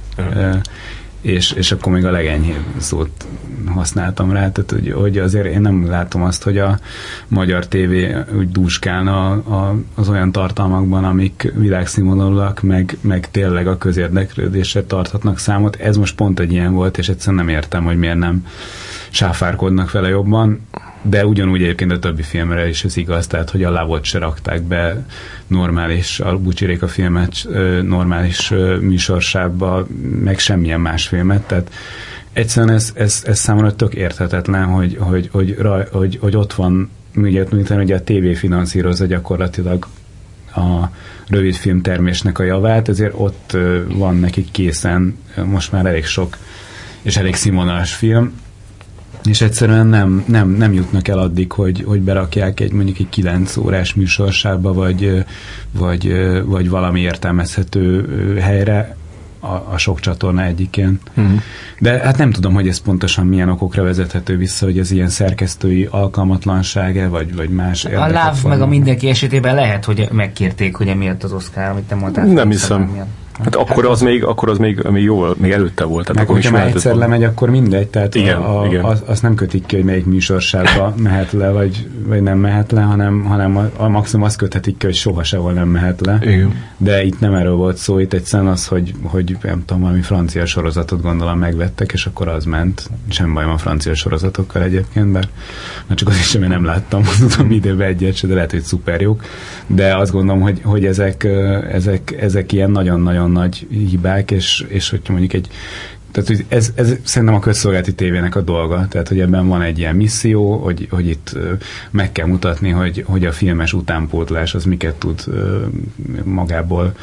És akkor még a legenyhébb szót használtam rá, tehát hogy azért én nem látom azt, hogy a magyar tévé úgy dúskálna az olyan tartalmakban, amik világszínvonalúak, meg tényleg a közérdeklődésre tarthatnak számot. Ez most pont egy ilyen volt, és egyszerűen nem értem, hogy miért nem sáfárkodnak vele jobban, de ugyanúgy egyébként a többi filmre is ez igaz, tehát hogy a Lávot se rakták be normális, a Bucsiréka filmet normális műsorsávba, meg semmilyen más filmet, tehát egyszerűen ez számomra tök érthetetlen, hogy ott van, ugye a tévé finanszírozza gyakorlatilag a rövidfilm termésnek a javát, ezért ott van nekik készen most már elég sok és elég színvonalas film, és egyszerűen nem jutnak el addig, hogy berakják mondjuk egy 9 órás műsorsávba, vagy valami értelmezhető helyre a sok csatorna egyikén. De hát nem tudom, hogy ez pontosan milyen okokra vezethető vissza, hogy ez ilyen szerkesztői alkalmatlansága, vagy más érdekek. A Láv meg a mindenki esetében lehet, hogy megkérték, hogy emiatt az Oscar, amit te mondtál. Nem hiszem. Hát akkor az még jól, még előtte volt. Tehát meg hogyha már egyszer lemegy, akkor mindegy, tehát igen. Azt nem kötik ki, hogy melyik műsorsávba mehet le, vagy nem mehet le, hanem a maximum azt köthetik ki, hogy soha sehol nem mehet le. Igen. De itt nem erről volt szó, itt egyszerűen az, hogy nem tudom, valami francia sorozatot gondolom megvettek, és akkor az ment. Sem baj van francia sorozatokkal egyébként, mert csak az is sem, én nem láttam az utóbbi időben egyet se, de lehet, hogy szuper jók. De azt gondolom, hogy ezek ilyen nagyon-nagyon nagy hibák, és hogyha mondjuk egy Tehát ez szerintem a közszolgálati tévének a dolga, tehát hogy ebben van egy ilyen misszió, hogy itt meg kell mutatni, hogy a filmes utánpótlás az miket tud magából,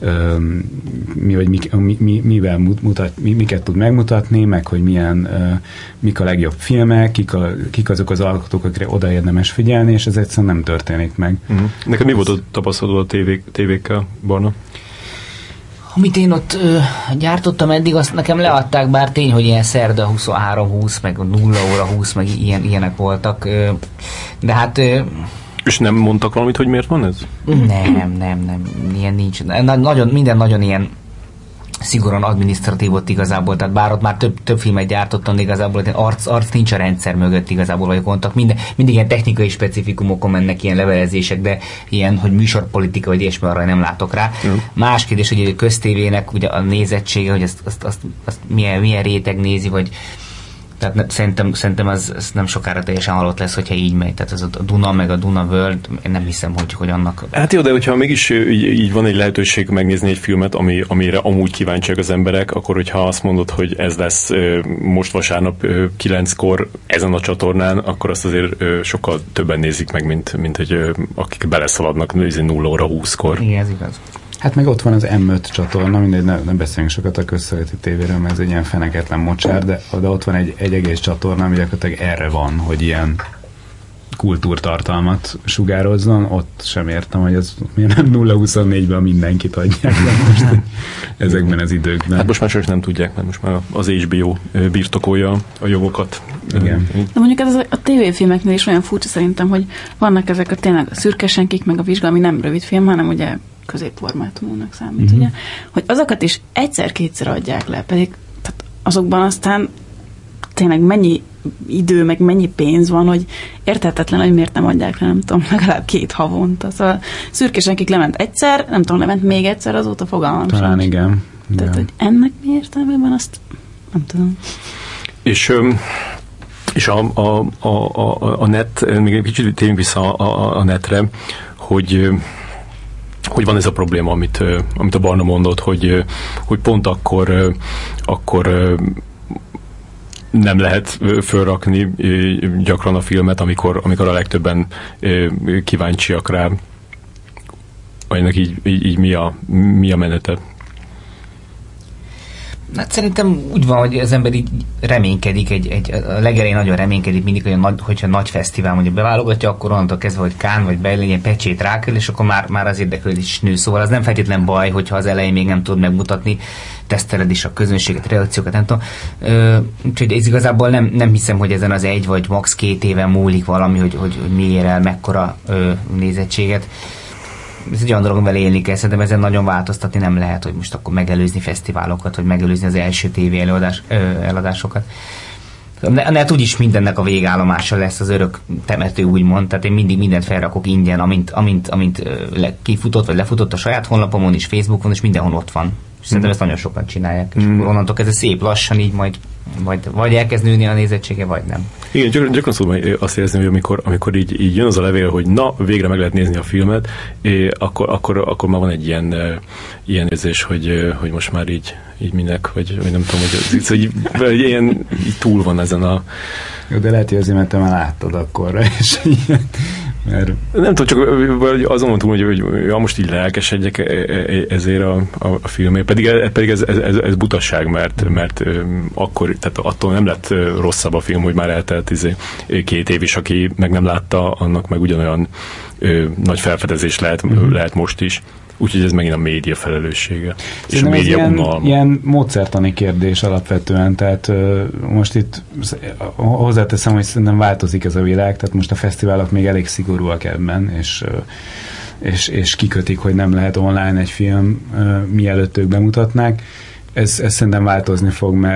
miket tud megmutatni, meg hogy mik a legjobb filmek, kik azok az alkotók, akikre oda érdemes figyelni, és ez egyszerűen nem történik meg. Neked mi volt a tapasztalatod a tévékkel, Barna? Amit én ott gyártottam eddig, azt nekem leadták, bár tény, hogy ilyen szerda 23-20, meg 0 óra 20, meg ilyenek voltak, de hát... És nem mondtak valamit, hogy miért van ez? Nem, ilyen nincs. Minden nagyon ilyen szigorúan adminisztratív ott igazából, tehát bár ott már több filmet gyártottam, de igazából arc nincs a rendszer mögött igazából, vagy kontak. Mindig ilyen technikai specifikumokon mennek ilyen levelezések, de ilyen, hogy műsorpolitika, vagy ilyesmi, arra nem látok rá. Más kérdés, hogy a köztévének ugye a nézettsége, hogy azt milyen réteg nézi, vagy tehát szerintem az nem sokára teljesen halott lesz, hogyha így megy. Tehát az a Duna meg a Duna World, én nem hiszem, hogy annak... Hát jó, de hogyha mégis így van egy lehetőség megnézni egy filmet, amire amúgy kíváncsiak az emberek, akkor hogyha azt mondod, hogy ez lesz most vasárnap 9-kor ezen a csatornán, akkor azt azért sokkal többen nézik meg, mint hogy akik beleszaladnak 0 óra 20-kor. Igen, ez igaz. Hát meg ott van az M5 csatorna, mindegy, nem beszélünk sokat a közszolgálati tévéről, mert ez egy ilyen feneketlen mocsár, de ott van egy egész csatorna, ami gyakorlatilag erre van, hogy ilyen kultúrtartalmat sugározzon. Ott sem értem, hogy ez miért nem 0-24-ben mindenkit adják most ezekben az időkben. Hát most már sajnos nem tudják, mert most már az HBO birtokolja a jogokat. Igen. De mondjuk ez a tévéfilmeknél is olyan furcsa szerintem, hogy vannak ezek a tényleg a szürkesenkik, meg a vizsga, ami nem rövid film, hanem ugye középformátumúnak számít, ugye? Hogy azokat is egyszer-kétszer adják le, pedig tehát azokban aztán tényleg mennyi idő, meg mennyi pénz van, hogy érthetetlen, hogy miért nem adják le, nem tudom, legalább 2 havonta. Szóval szürkésenkik lement egyszer, nem tudom, lement még egyszer, azóta fogalmam talán sincs. Igen. Tehát, hogy ennek mi értelme van, azt nem tudom. És a net, még egy kicsit térjünk vissza a netre, hogy van ez a probléma, amit a Barna mondott, hogy pont akkor nem lehet fölrakni gyakran a filmet, amikor a legtöbben kíváncsiak rá. Ennek így mi a menete? Hát szerintem úgy van, hogy az ember így reménykedik, a legelején nagyon reménykedik mindig, hogyha nagy fesztivál mondjuk beválogatja, akkor onnantól kezdve, hogy Cannes vagy Berlin ilyen pecsét rákerül, és akkor már az érdeklődés nő. Szóval az nem feltétlen baj, hogyha az elején még nem tud megmutatni, teszteled is a közönséget, reakciókat, nem tudom. Úgyhogy ez igazából nem hiszem, hogy ezen az 1 vagy max. 2 éven múlik valami, hogy mi ér el mekkora nézettséget. Ez egy olyan dolog, amivel élni kell, szerintem ezen nagyon változtatni nem lehet, hogy most akkor megelőzni fesztiválokat, vagy megelőzni az első tévé eladásokat. Mert úgyis mindennek a végállomása lesz az örök temető, úgymond, tehát én mindig mindent felrakok ingyen, amint kifutott, vagy lefutott a saját honlapomon és Facebookon, és mindenhol ott van. És szerintem ezt nagyon sokan csinálják, és onnantól kezdve szép lassan így majd vagy elkezd nőni a nézettsége, vagy nem. Igen, gyakran szól azt érezni, hogy amikor így jön az a levél, hogy na, végre meg lehet nézni a filmet, akkor már van egy ilyen érzés, hogy most már így minek, vagy nem tudom, hogy ilyen így túl van ezen a... Jó, de lehet, hogy azért, mert te már láttad akkorra, és ilyen... Mert... Nem tudom, csak azon mondtam, hogy most így lelkesedjek ezért a filmért, pedig ez butasság, mert akkor, tehát attól nem lett rosszabb a film, hogy már eltelt 2 év is, aki meg nem látta, annak meg ugyanolyan nagy felfedezés lehet most is. Úgyhogy ez megint a média felelőssége. És a média unalma. Ilyen módszertani kérdés alapvetően, tehát most itt hozzáteszem, hogy szerintem változik ez a világ, tehát most a fesztiválok még elég szigorúak ebben, és kikötik, hogy nem lehet online egy film, mielőtt ők bemutatnák. Ez szerintem változni fog, mert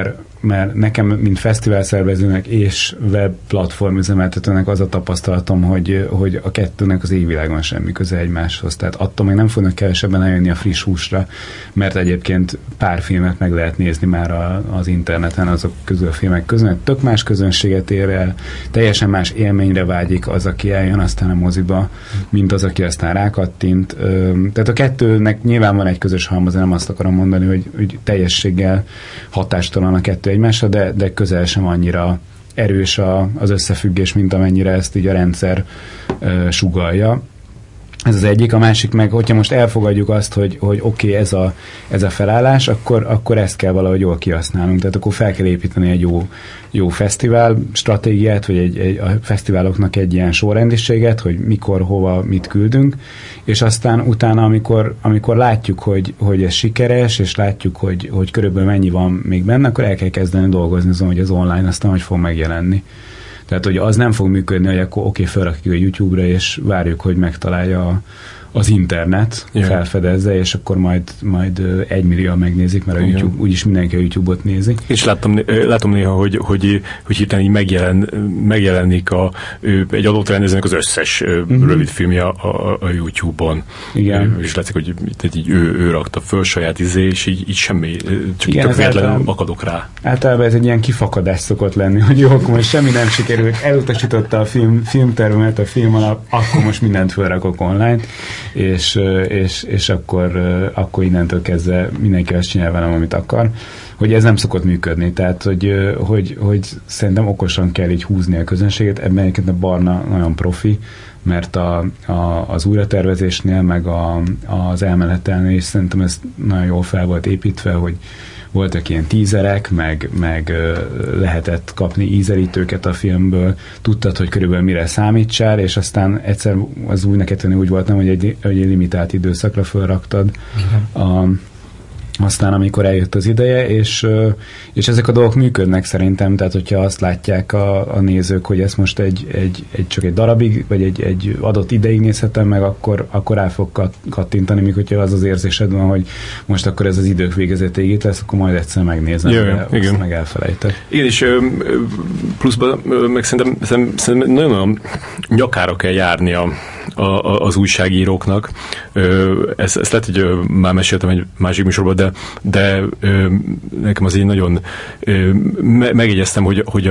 mert nekem, mint fesztivál szervezőnek és web platform üzemeltetőnek az a tapasztalatom, hogy a kettőnek az égvilágon semmi köze egymáshoz. Tehát attól még nem fognak kevesebben eljönni a friss húsra, mert egyébként pár filmet meg lehet nézni már az interneten, azok közül a filmek közül. Tök más közönséget ér el, teljesen más élményre vágyik az, aki eljön aztán a moziba, mint az, aki aztán rákattint. Tehát a kettőnek nyilván van egy közös halmaz, nem azt akarom mondani, hogy teljességgel hatástalan a kettő egymásra, de közel sem annyira erős az összefüggés, mint amennyire ezt így a rendszer sugallja. Ez az egyik, a másik meg, hogyha most elfogadjuk azt, hogy oké, ez a felállás, akkor ezt kell valahogy jól kihasználnunk. Tehát akkor fel kell építeni egy jó fesztivál stratégiát, vagy a fesztiváloknak egy ilyen sorrendiséget, hogy mikor, hova, mit küldünk, és aztán utána, amikor látjuk, hogy ez sikeres, és látjuk, hogy körülbelül mennyi van még benne, akkor el kell kezdeni dolgozni azon, hogy az online aztán hogy fog megjelenni. Tehát, hogy az nem fog működni, hogy akkor felrakjuk a YouTube-ra, és várjuk, hogy megtalálja az internet, felfedezze, és akkor majd 1 millió megnézik, mert a YouTube, úgyis mindenki a YouTube-ot nézi. És látom néha, hogy hirtelen így megjelenik egy adott rendezőnek az összes rövid filmje a YouTube-on. Igen. És látszik, hogy így ő rakta föl saját és így semmi, csak véletlenül akadok rá. Általában ez egy ilyen kifakadás szokott lenni, hogy jó, akkor most semmi nem sikerült, elutasította a filmtervemet, a film alap, akkor most mindent fölrakok online, és akkor innentől kezdve mindenki azt csinál velem, amit akar, hogy ez nem szokott működni, tehát hogy szerintem okosan kell így húzni a közönséget, ebben egyébként a Barna nagyon profi, mert az újratervezésnél, meg az elmenetelnél is szerintem ez nagyon jól fel volt építve, hogy voltak ilyen tízerek, meg lehetett kapni ízelítőket a filmből, tudtad, hogy körülbelül mire számítsál, és aztán egyszer az úgy neked úgy volt, nem, hogy egy limitált időszakra fölraktad aztán, amikor eljött az ideje, és ezek a dolgok működnek szerintem, tehát hogyha azt látják a nézők, hogy ezt most csak egy darabig, vagy egy adott ideig nézhetem meg, akkor rá fog kattintani, míg hogyha az érzésed van, hogy most akkor ez az idők végezetéig itt lesz, akkor majd egyszer megnézem, de azt meg elfelejtek. Igen, és pluszban meg szerintem nagyon nyakára kell járni az újságíróknak. Ezt lehet, hogy már meséltem egy másik műsorban, de nekem az így nagyon megjegyeztem, hogy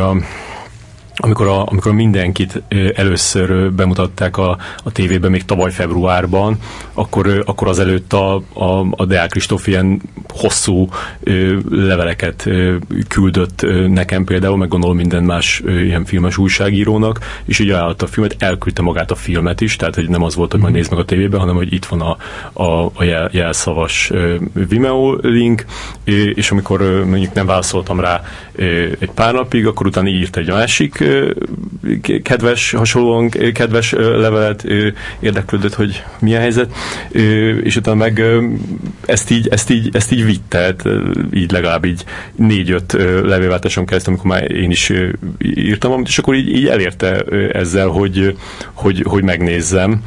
amikor mindenkit először bemutatták a tévében még tavaly februárban, akkor azelőtt a Deák Kristóf ilyen hosszú leveleket küldött nekem például, meg gondolom minden más ilyen filmes újságírónak, és így ajánlotta a filmet, elküldte magát a filmet is, tehát hogy nem az volt, hogy majd nézd meg a tévében, hanem hogy itt van a jelszavas Vimeo link, és amikor mondjuk nem válaszoltam rá egy pár napig, akkor utána írt egy másik hasonlóan kedves levelet, érdeklődött, hogy mi a helyzet, és utána meg ezt így vitte, így legalább így 4-5 levélváltáson keresztül, amikor már én is írtam amit, és akkor így elérte ezzel, hogy megnézzem.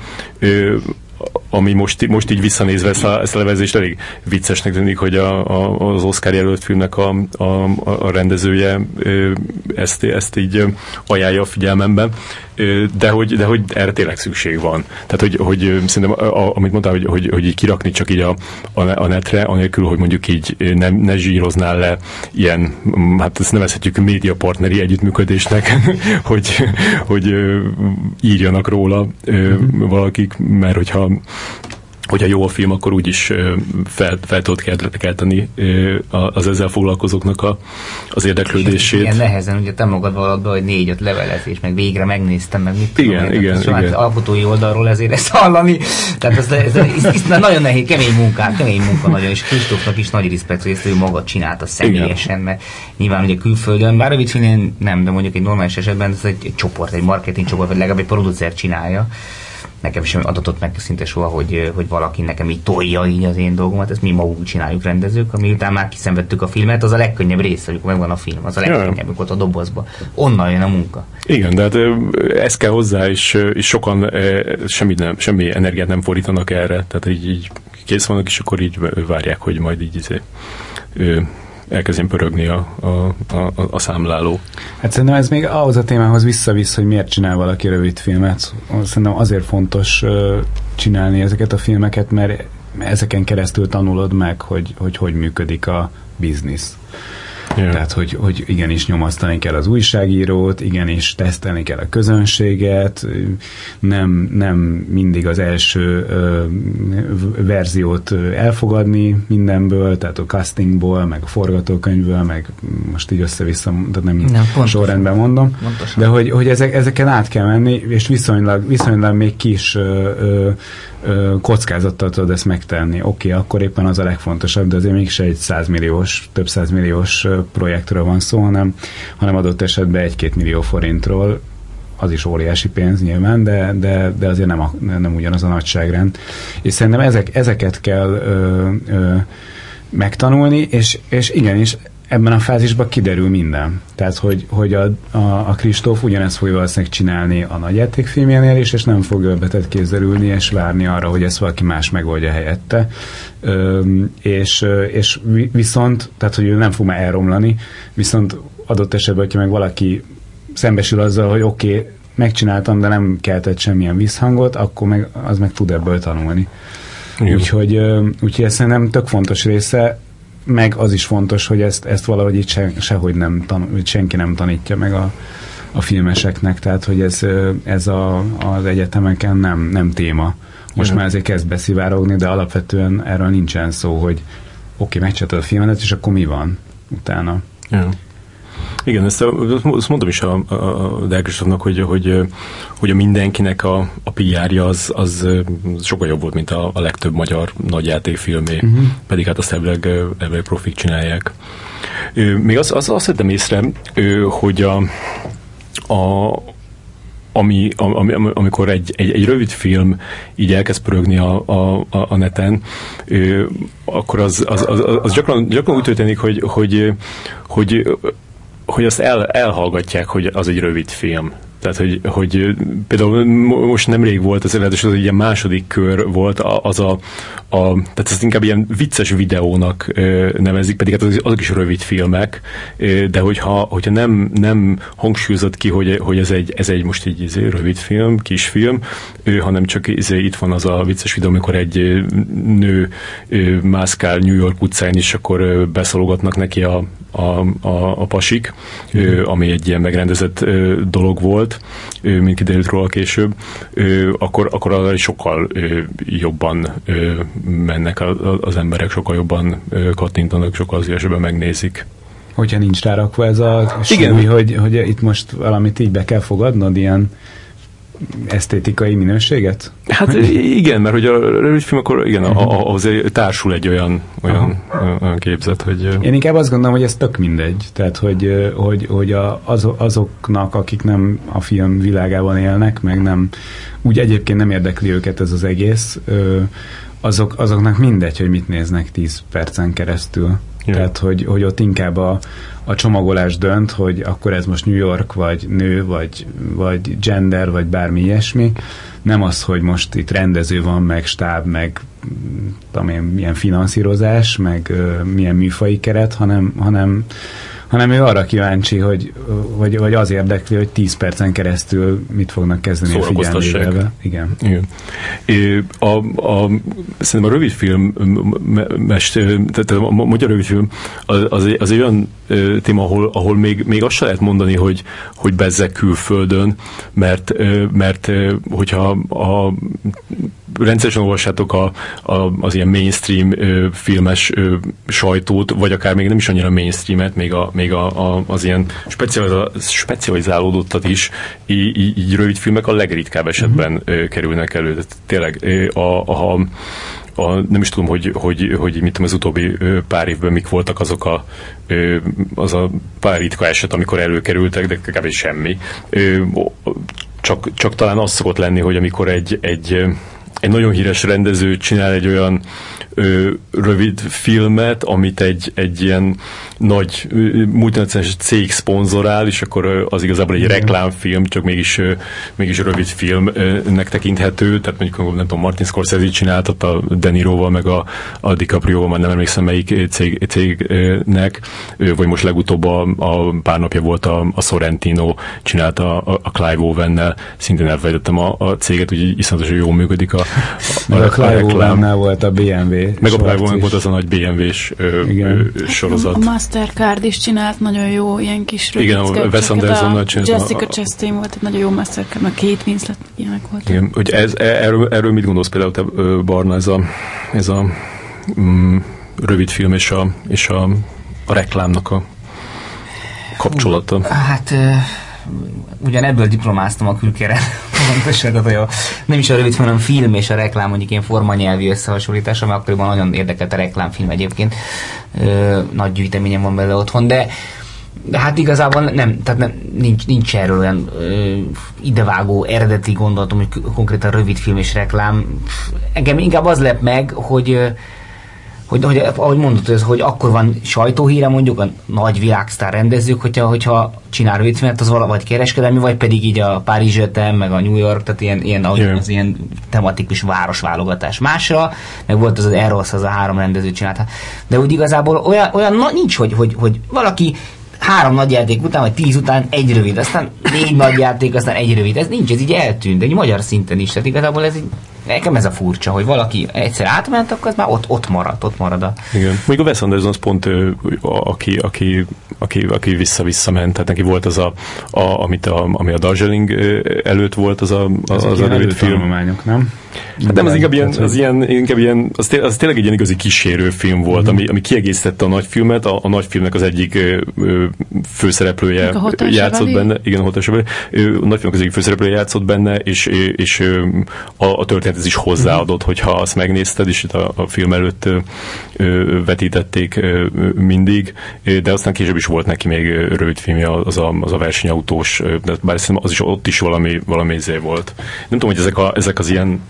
Ami most így visszanézve ezt a levezést elég viccesnek tűnik, hogy az Oscar jelölt filmnek a rendezője ezt így ajánlja a figyelmemben, de hogy erre tényleg szükség van. Tehát, hogy szerintem, amit mondtál, hogy így kirakni csak így a netre, anélkül, hogy mondjuk így ne zsíroznál le ilyen, hát ezt nevezhetjük médiapartneri együttműködésnek, hogy írjanak róla valakik, mert hogyha jó a film, akkor úgyis fel tudod kelteni az ezzel foglalkozóknak az érdeklődését. Igen, nehezen, ugye te magad valad be, hogy 4-5 levelezés, meg végre megnéztem, meg mit tudom. Igen. Hát alkotói oldalról ezért ezt hallani. Tehát ez nagyon nehéz, kemény munka nagyon, és Kristófnak is nagy respekt, hogy ezt ő maga csinálta személyesen, mert nyilván ugye külföldön, bár rövid filmén nem, de mondjuk egy normális esetben ez egy csoport, egy marketing csoport, vagy legalább egy producer csinálja. Nekem sem adatot meg szinte soha, hogy valaki nekem így tolja így az én dolgomat, ezt mi magunk csináljuk rendezők, ami után már kiszenvedtük a filmet, az a legkönnyebb része, amikor megvan a film, az a legkönnyebb, amikor ott a dobozba. Onnan jön a munka. Igen, de hát ez kell hozzá, és sokan semmi energiát nem fordítanak erre, tehát így kész vannak, és akkor így várják, hogy majd így elkezdjen pörögni a számláló. Hát szerintem ez még ahhoz a témához visszavisz, hogy miért csinál valaki rövidfilmet. Szerintem azért fontos csinálni ezeket a filmeket, mert ezeken keresztül tanulod meg, hogy működik a biznisz. Yeah. Tehát, hogy igenis nyomasztani kell az újságírót, igenis tesztelni kell a közönséget, nem mindig az első verziót elfogadni mindenből, tehát a castingból, meg a forgatókönyvből, meg most így össze-vissza, tehát nem sorrendben mondom, pontosan. De hogy ezeken át kell menni, és viszonylag még kis kockázattal tudod ezt megtenni. Oké, akkor éppen az a legfontosabb, de azért mégse egy több százmilliós projektről van szó, hanem adott esetben 1-2 millió forintról, az is óriási pénz nyilván, de azért nem ugyanaz a nagyságrend. És szerintem ezeket kell megtanulni, és igenis ebben a fázisban kiderül minden. Tehát, hogy a Kristóf ugyanezt fogja valószínűleg csinálni a nagyjátékfilmjénél is, és nem fog ölbetett kézzel ülni, és várni arra, hogy ezt valaki más megoldja helyette. És viszont, tehát, hogy ő nem fog már elromlani, viszont adott esetben, hogyha meg valaki szembesül azzal, hogy oké, megcsináltam, de nem keltett semmilyen visszhangot, akkor az meg tud ebből tanulni. Úgyhogy ez szerintem tök fontos része, meg az is fontos, hogy ezt valahogy itt sehogy senki nem tanítja meg a filmeseknek, tehát hogy ez az egyetemeken nem téma. Most már ezért kezd beszivárogni, de alapvetően erről nincsen szó, hogy oké, megcsináltad a filmet, és akkor mi van utána. Ja. Igen, ezt mondom is a Deák Kristófnak, hogy a mindenkinek a PR-ja az sokkal jobb volt, mint a legtöbb magyar nagyjátékfilmé, pedig hát azt elvileg profik csinálják. Még azt vettem észre, hogy amikor egy rövid film így elkezd pörögni a neten, akkor az gyakran úgy történik, hogy azt elhallgatják, hogy az egy rövid film. Tehát, hogy például most nemrég volt az előadás, az egy ilyen második kör volt, tehát ezt inkább ilyen vicces videónak nevezik, pedig hát azok is rövid filmek, de hogyha nem hangsúlyozott ki, hogy ez egy most egy rövid film, kisfilm, hanem csak itt van az a vicces videó, amikor egy nő mászkál New York utcán, és akkor beszólogatnak neki a pasik, ami egy ilyen megrendezett dolog volt, mint kiderült róla később, akkor arra is sokkal jobban mennek az emberek, sokkal jobban kattintanak, sokkal szívesebben megnézik. Hogyha nincs rárakva ez a súly, hogy itt most valamit így be kell fogadnod, ilyen esztétikai minőséget? Hát igen, mert hogy a rövidfilm akkor igen, ahhoz társul egy olyan képzet, hogy... Én inkább azt gondolom, hogy ez tök mindegy. Tehát, hogy azoknak, akik nem a film világában élnek, meg nem, úgy egyébként nem érdekli őket ez az egész, azoknak mindegy, hogy mit néznek 10 percen keresztül. Yeah. Tehát, hogy ott inkább a csomagolás dönt, hogy akkor ez most New York, vagy nő, vagy gender, vagy bármi ilyesmi. Nem az, hogy most itt rendező van, meg stáb, meg milyen finanszírozás, meg milyen műfai keret, hanem ő arra kíváncsi, hogy az érdekli, hogy 10 percen keresztül mit fognak kezdeni a figyelmével. Igen. Szerintem a rövidfilm, tehát a magyar rövidfilm az egy olyan téma, ahol még azt se lehet mondani, hogy bezzeg külföldön, mert hogyha rendszeresen olvassátok az ilyen mainstream filmes sajtót, vagy akár még nem is annyira mainstreamet, még az ilyen specializálódottat is, így rövid filmek a legritkább esetben kerülnek elő. Tehát tényleg, nem is tudom, hogy mit tudom, az utóbbi pár évben mik voltak az a pár ritka eset, amikor előkerültek, de kb. Semmi. Csak talán az szokott lenni, hogy amikor egy nagyon híres rendező csinál egy olyan rövid filmet, amit egy ilyen nagy multinacionális cég szponzorál, és akkor az igazából egy reklámfilm, csak mégis rövid filmnek tekinthető, tehát mondjuk nem tudom, Martin Scorsese csináltat a De Niroval, meg a DiCaprioval, már nem emlékszem melyik cégnek, vagy most legutóbb a pár napja volt a Sorrentino csinálta a Clive Owen-nel, szintén elfelejtettem a céget, úgyhogy iszonyatosan jól működik a Clive Owen-nel volt a BMW. Meg a Clive Owen volt az a nagy BMW-s sorozat. A Mastercard is csinált nagyon jó ilyen kis rövid igen, a Wes Andersonnal csinált. Jessica Chastain volt egy nagyon jó Mastercard, meg Kate Winslet ilyenek volt. Igen, hogy erről mit gondolsz például te, Barna, ez a rövid film és a reklámnak a kapcsolata? Hát ugyan ebből diplomáztam a külkére. Pontosan, nem is a rövid film, hanem film és a reklám, mondjuk ilyen formanyelvi összehasonlítása, mert akkoriban nagyon érdekelt a reklámfilm egyébként. Nagy gyűjteményem van belőle otthon, de hát igazából tehát nincs erről olyan idevágó eredeti gondolatom, hogy konkrétan rövid film és reklám. Engem inkább az lep meg, hogy ahogy mondod, hogy akkor van sajtóhíre mondjuk a nagy világsztár rendezők, hogyha csinál rövidfilmet, az vagy kereskedelmi, vagy pedig így a Paris Egyetem, meg a New York, tehát az ilyen tematikus városválogatás. Másra, meg volt az Eros, az a 3 rendező csinálta. De úgy igazából olyan nincs, hogy valaki 3 nagyjáték után, vagy 10 után egy rövid, aztán 4 nagyjáték, aztán egy rövid. Ez nincs, ez így eltűnt, egy magyar szinten is. Tehát igazából nekem ez a furcsa, hogy valaki egyszer átment, akkor az már ott marad. Igen. Még a Wes Anderson az pont, aki vissza-visszament, tehát neki volt az ami a Darjeeling előtt volt, az a rövid film. Nem? Hát nem, az tényleg egy ilyen igazi kísérőfilm volt, ami kiegészítette a nagyfilmet, a nagyfilmnek az egyik főszereplője játszott benne, igen, a Hotel Chevalier, a nagyfilmnek az egyik főszereplője játszott benne, és a történethez is hozzáadott, hogyha azt megnézted, és itt a film előtt vetítették mindig, de aztán később is volt neki még rövid filmje, az a versenyautós, bár szerintem az is ott is valami izé volt. Nem tudom, hogy ezek az ilyen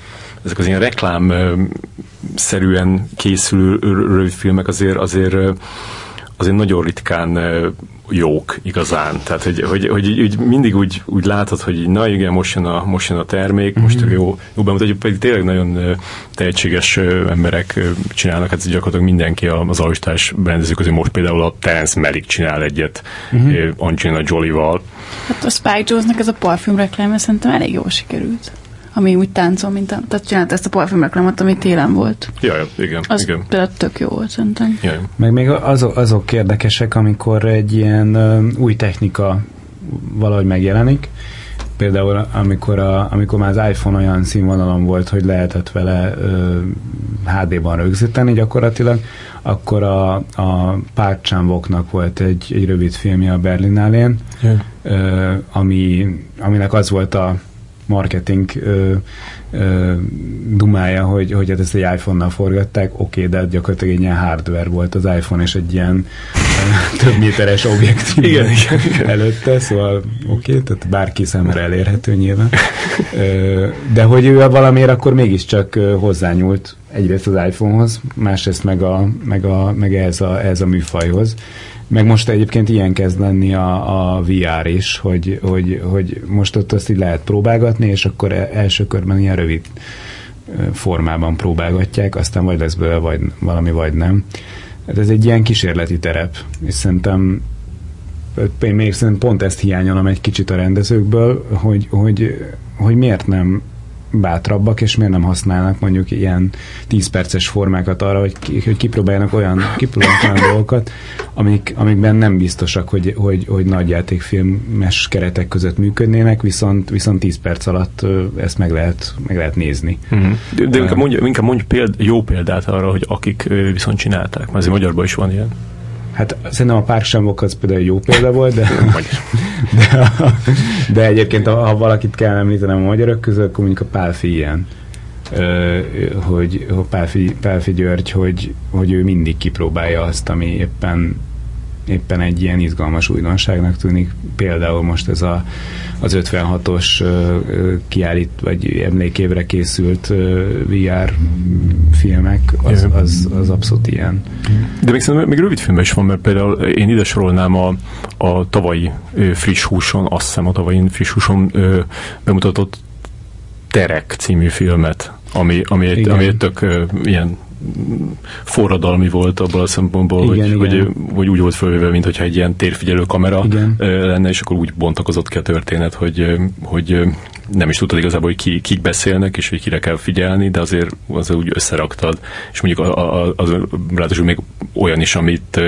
reklámszerűen készülő rövidfilmek azért nagyon ritkán jók igazán. Tehát, hogy mindig úgy látod, hogy na igen, most jön a termék, most jó bemutatjuk, pedig tényleg nagyon tehetséges emberek csinálnak, hát gyakorlatilag mindenki az alistás rendezők közül, most például a Terence Malick csinál egyet Angelina Jolie-val. Hát a Spike Jonze-nek ez a parfüm reklámja szerintem elég jól sikerült. Ami úgy táncol, tehát csinált ezt a parfümreklámot, ami télen volt. Igen. Az például tök jó volt, szerintem. Jaj. Meg még azok érdekesek, amikor egy ilyen új technika valahogy megjelenik. Például amikor már az iPhone olyan színvonalon volt, hogy lehetett vele HD-ban rögzíteni gyakorlatilag, akkor a Park Chan-wooknak volt egy rövid filmje a Berlinálén, aminek az volt a marketing dumája, hogy hát ezt egy iPhone-nal forgatták, oké, de gyakorlatilag egy ilyen hardware volt az iPhone, és egy ilyen több méteres objektív igen. előtte, szóval oké, tehát bárki számára elérhető nyilván. De hogy ő valamiért akkor mégiscsak hozzányúlt egyrészt az iPhone-hoz, másrészt meg ehhez a műfajhoz. Meg most egyébként ilyen kezd lenni a VR is, hogy most ott azt így lehet próbálgatni, és akkor első körben ilyen rövid formában próbálgatják, aztán vagy lesz belőle valami, vagy nem. Hát ez egy ilyen kísérleti terep, és szerintem még pont ezt hiányolom egy kicsit a rendezőkből, hogy miért nem bátrabbak, és miért nem használnak mondjuk ilyen 10 perces formákat arra, hogy kipróbáljanak olyan dolgokat, amikben nem biztosak, hogy nagyjátékfilmes keretek között működnének, viszont 10 perc alatt ezt meg lehet nézni. De inkább mondj jó példát arra, hogy akik viszont csinálták, mert azért magyarban is van ilyen. Hát szerintem a Park Chan-wook az például jó példa volt, de egyébként ha valakit kell említenem a magyarok közül, akkor mondjuk a Pálfi ilyen. Pálfi György, hogy ő mindig kipróbálja azt, ami éppen éppen egy ilyen izgalmas újdonságnak tűnik. Például most ez az 56-os vagy emlékévre készült VR filmek, az abszolút ilyen. De még szerintem még rövid filmben is van, mert például én ide sorolnám a tavalyi Friss Húson, azt hiszem a tavalyi Friss Húson bemutatott Terek című filmet, ami egy tök ilyen forradalmi volt abban a szempontból, hogy úgy volt fölvéve, mint hogyha egy ilyen térfigyelő kamera lenne, és akkor úgy bontakozott ki a történet, hogy nem is tudtad igazából, hogy kik beszélnek, és hogy kire kell figyelni, de azért úgy összeraktad. És mondjuk ráadásul még olyan is,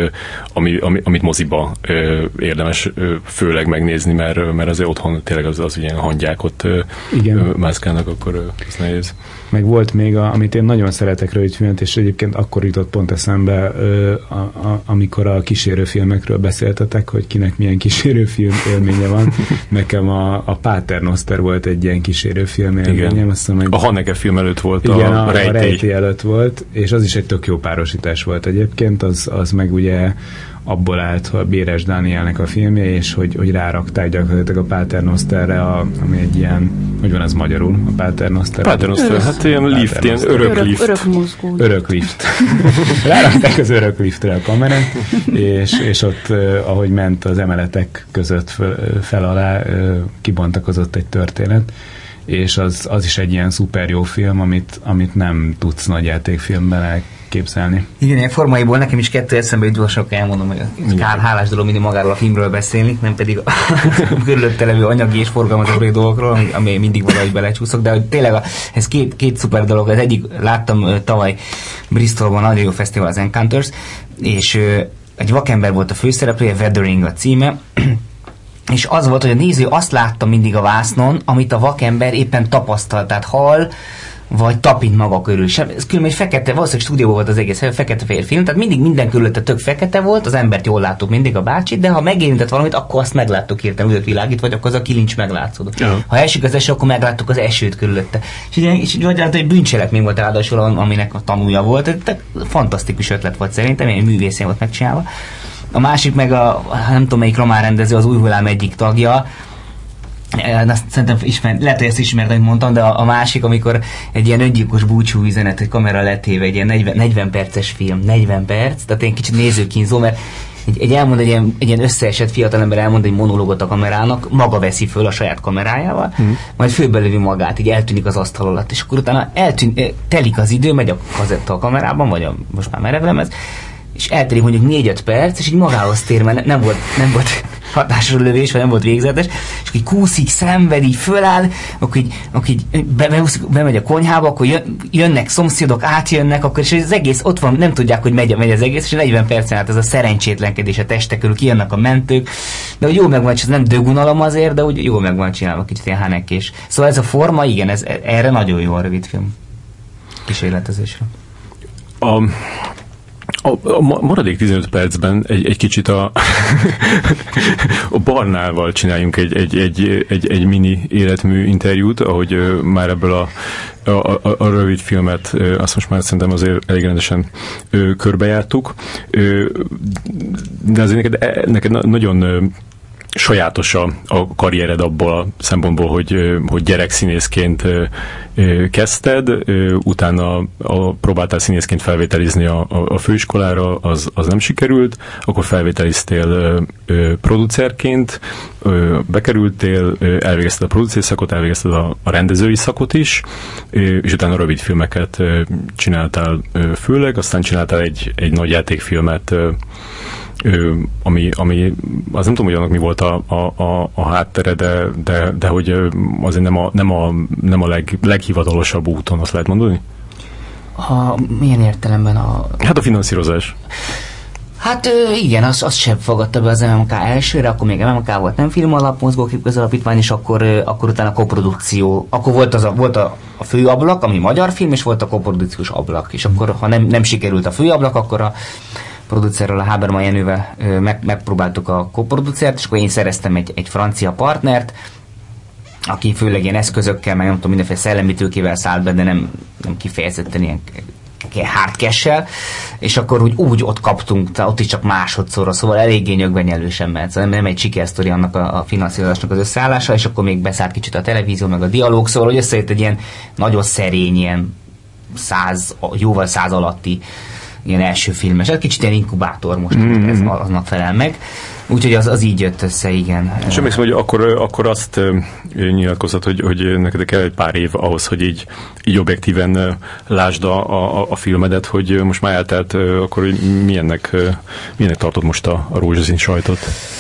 amit moziba érdemes főleg megnézni, mert azért otthon tényleg az ilyen hangyák ott mászkálnak, akkor ez nehéz. Meg volt még, amit én nagyon szeretek rövidfilmet, és egyébként akkor jutott pont eszembe, amikor a kísérőfilmekről beszéltetek, hogy kinek milyen kísérőfilm élménye van. Nekem a Pater Noster volt egy ilyen kísérőfilm élményem. A Haneke film előtt volt, igen, a Rejtély előtt volt, és az is egy tök jó párosítás volt egyébként, az meg ugye abból állt a Béres Dánielnek a filmje, és hogy rárakták gyakorlatilag a Pater Nosterre, ami egy ilyen, hogy van ez magyarul, a Pater Noster? Pater Noster, hát ilyen lift, ilyen örök lift. Örök lift. Rárakták az örök liftre a kamerát, és ott, ahogy ment az emeletek között fel alá, kibontakozott egy történet, és az is egy ilyen szuper jó film, amit nem tudsz nagyjátékfilmben elképzelni. Igen, ilyen formaiból nekem is kettő eszembe jut, gyorsan elmondom, hogy kár hálás dolog mindig magáról a filmről beszélni, nem pedig a körülötte levő anyagi és forgalmazási dolgokról, ami mindig valahogy belecsúszok, de hogy tényleg ez két szuper dolog. Az egyik, láttam tavaly Bristolban, nagyon jó fesztivál, az Encounters, és egy vakember volt a főszereplője, Weathering a címe, és az volt, hogy a néző azt látta mindig a vásznon, amit a vakember éppen tapasztalt, tehát hall, vagy tapint maga körül. Ez különben egy fekete, valószínűleg stúdióban volt az egész, fekete-fehér film, tehát mindig minden körülötte tök fekete volt, az embert jól láttuk mindig, a bácsit, de ha megérintett valamit, akkor azt megláttuk hirtelen, úgy világít, vagy akkor az a kilincs meglátszódott. Ha esik az eső, akkor megláttuk az esőt körülötte. És egy bűncselekmény volt ráadásul, aminek a tanúja volt. Tehát fantasztikus ötlet volt szerintem, egy művészén volt megcsinálva. A másik meg nem tudom melyik román rendező, az Új Hullám egyik tagja, azt szerintem lehet, hogy ezt ismert, amit mondtam, de a másik, amikor egy ilyen öngyilkos búcsú üzenet, egy kamera letéve, egy ilyen 40 perces film, 40 perc, tehát egy kicsit nézőkínzó, mert egy ilyen összeesett fiatalember elmond egy monológot a kamerának, maga veszi föl a saját kamerájával, majd főbelövi magát, így eltűnik az asztal alatt, és akkor utána telik az idő, megy a kazetta a kamerában, vagy most már merevlemez, és eltelik mondjuk 4-5 perc, és így magához tér, mert nem volt hatásos lövés, vagy nem volt végzetes, és akkor így kúszik, szenved, így föláll, akkor így bemegy a konyhába, akkor jönnek szomszédok, átjönnek, akkor és az egész ott van, nem tudják, hogy megy az egész, és 40 percen át ez a szerencsétlenkedés a testek körül, kijönnek a mentők, de hogy jól megvan, ez nem dögunalom azért, de úgy jól megvan csinálva, kicsit ilyen Hanekés. Szóval ez a forma, igen, erre nagyon jó a rövidfilm kísérletezésre. A maradék 15 percben egy kicsit a Barnával csináljunk egy mini életmű interjút, ahogy már ebből a rövid filmet, azt most már szerintem azért elég rendesen körbejártuk, de azért neked nagyon sajátos a karriered abból a szempontból, hogy gyerekszínészként kezdted, utána próbáltál színészként felvételizni a főiskolára, az nem sikerült, akkor felvételiztél producerként, bekerültél, elvégezted a producer szakot, elvégezted a rendezői szakot is, és utána rövid filmeket csináltál főleg, aztán csináltál egy nagy játékfilmet, ami az nem tudom, hogy annak mi volt a háttere, de hogy azért nem a leghivatalosabb úton, azt lehet mondani? Milyen értelemben Hát a finanszírozás. Hát igen, azt sem fogadta be az MMK elsőre, akkor még MMK volt, nem film alap, mozgókép közalapítvány, és akkor utána koprodukció. Akkor volt a fő ablak, ami magyar film, és volt a koprodukciós ablak. És akkor, ha nem sikerült a fő ablak, akkor a producerrel, a Haberman Jenővel megpróbáltuk a koproducert, és akkor én szereztem egy francia partnert, aki főleg ilyen eszközökkel, meg nem tudom, mindenféle szellemi tőkével szállt be, de nem kifejezetten ilyen hard cash-el, és akkor úgy ott kaptunk, ott is csak másodszorra, szóval eléggé nyögvenyelősen ment. Szóval nem egy sikersztori annak a finanszírozásnak az összeállása, és akkor még beszállt kicsit a televízió, meg a dialóg, szóval hogy összejött egy ilyen nagyon szerény, ilyen jóval 100 alatti ilyen első filmes. Ez kicsit ilyen inkubátor most, ez aznak felel meg. Úgyhogy az így jött össze, igen. És emlékszem, hogy akkor azt nyilatkozott, hogy neked kell egy pár év ahhoz, hogy így objektíven lásd a filmedet, hogy most már eltelt, akkor milyennek tartod most a rózsaszín sajtot?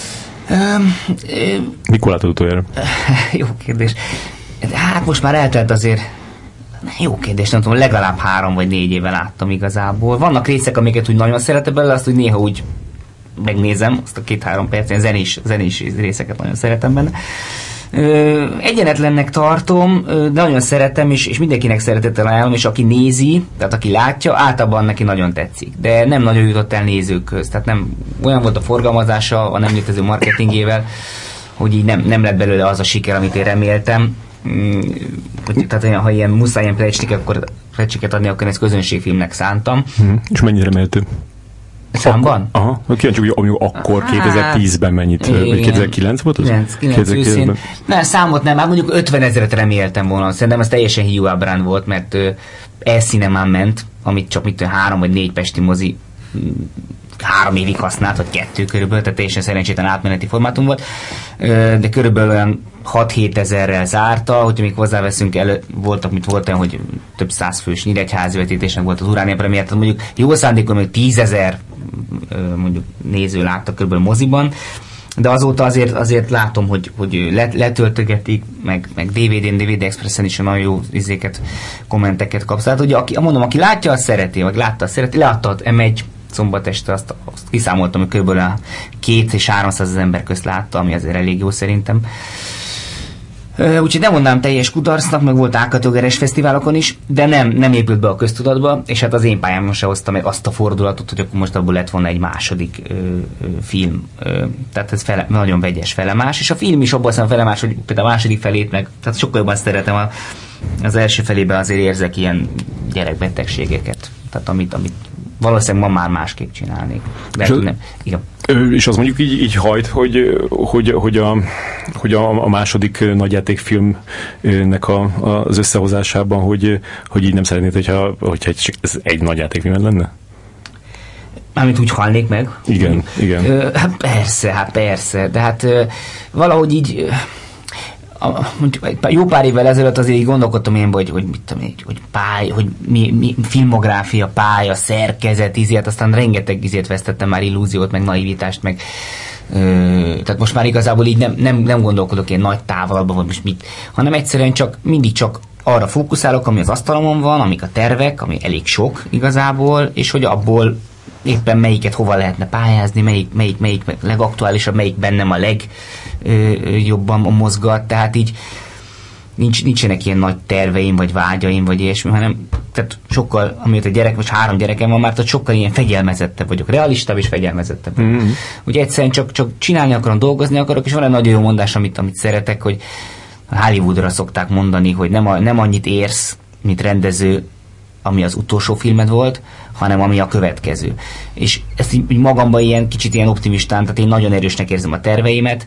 Mikor látod utoljára? Jó kérdés. Hát most már eltelt azért. Jó kérdés, nem tudom, legalább 3 vagy 4 éve láttam igazából. Vannak részek, amiket úgy nagyon szeretem belőle, azt úgy néha úgy megnézem, azt a 2-3 perc, zenés részeket nagyon szeretem benne. Egyenetlennek tartom, de nagyon szeretem, és mindenkinek szeretettel ajánlom, és aki nézi, tehát aki látja, általában neki nagyon tetszik. De nem nagyon jutott el nézőkhöz, tehát nem olyan volt a forgalmazása a nem létező marketingével, hogy így nem lett belőle az a siker, amit én reméltem. Tehát ha ilyen muszáj ilyen plecsiket adni, akkor ezt közönségfilmnek szántam. És mennyire reméltő? Számban? Aha, kíváncsi, hogy akkor 2010-ben mennyit, vagy 2009 volt az? 2009 nem, számot nem, hát mondjuk 50 000-et reméltem volna. Szerintem ez teljesen hiúábrán volt, mert E-Cinemán ment, amit csak 3 vagy 4 pesti mozi 3 évig használt, vagy 2 körülbelül, tehát teljesen szerencsétlen átmeneti formátum volt, de körülbelül olyan 6-7 ezerrel zárta, hogyha még hozzáveszünk, volt olyan, hogy több 100 fős nyíregyházi vetítésnek volt az Uránia premier, tehát mondjuk jó szándékon még 10 000 mondjuk néző látta körülbelül moziban, de azóta azért látom, hogy letöltögetik, meg DVD-n, DVD Expressen is nagyon jó kommenteket kapsz. Tehát ugye, aki látja, azt szereti, vagy látta, azt szereti, leadta az M1 szombat este, azt kiszámoltam, hogy kb. 200 és 300 ember közt látta, ami azért elég jó szerintem. Úgyhogy nem mondanám teljes kudarcnak, meg volt A-kategóriás fesztiválokon is, de nem épült be a köztudatba, és hát az én pályámon se hozta meg azt a fordulatot, hogy akkor most abból lett volna egy második film. Tehát ez nagyon vegyes felemás, és a film is abban felemás, hogy például a második felét meg, tehát sokkal jobban szeretem, az első felében azért érzek ilyen gyerekbetegségeket, tehát amit valószínűleg ma már másképp csinálnék. De nem. Igen. És az mondjuk így hajt, hogy a második nagyjátékfilmnek az összehozásában, hogy így nem szeretnéd, hogyha ez egy nagyjátékfilm lenne? Mármint úgy halnék meg? Igen. Hát persze, de hát valahogy így jó pár évvel ezelőtt azért így gondolkodtam én, hogy mit tudom én, hogy mi filmográfia, pálya, szerkezet, hát aztán rengeteg vesztettem már, illúziót, meg naivitást, meg tehát most már igazából így nem gondolkodok ilyen nagy távolatban, vagy most mit, hanem egyszerűen mindig csak arra fókuszálok, ami az asztalomon van, amik a tervek, ami elég sok igazából, és hogy abból éppen melyiket hova lehetne pályázni, melyik legaktuálisabb, melyik bennem a legjobban mozgat, tehát így nincsenek ilyen nagy terveim, vagy vágyaim, vagy ilyesmi, hanem tehát sokkal, amiért egy gyerek, vagy 3 gyerekem van már, tehát sokkal ilyen fegyelmezettebb vagyok, realistább és fegyelmezettebb. Ugye egyszerűen csak csinálni akarom, dolgozni akarok, és van egy nagyon jó mondás, amit szeretek, hogy Hollywoodra szokták mondani, hogy nem annyit érsz, mint rendező, ami az utolsó filmed volt, hanem ami a következő. És ezt így magamban ilyen kicsit ilyen optimistán, tehát én nagyon erősnek érzem a terveimet,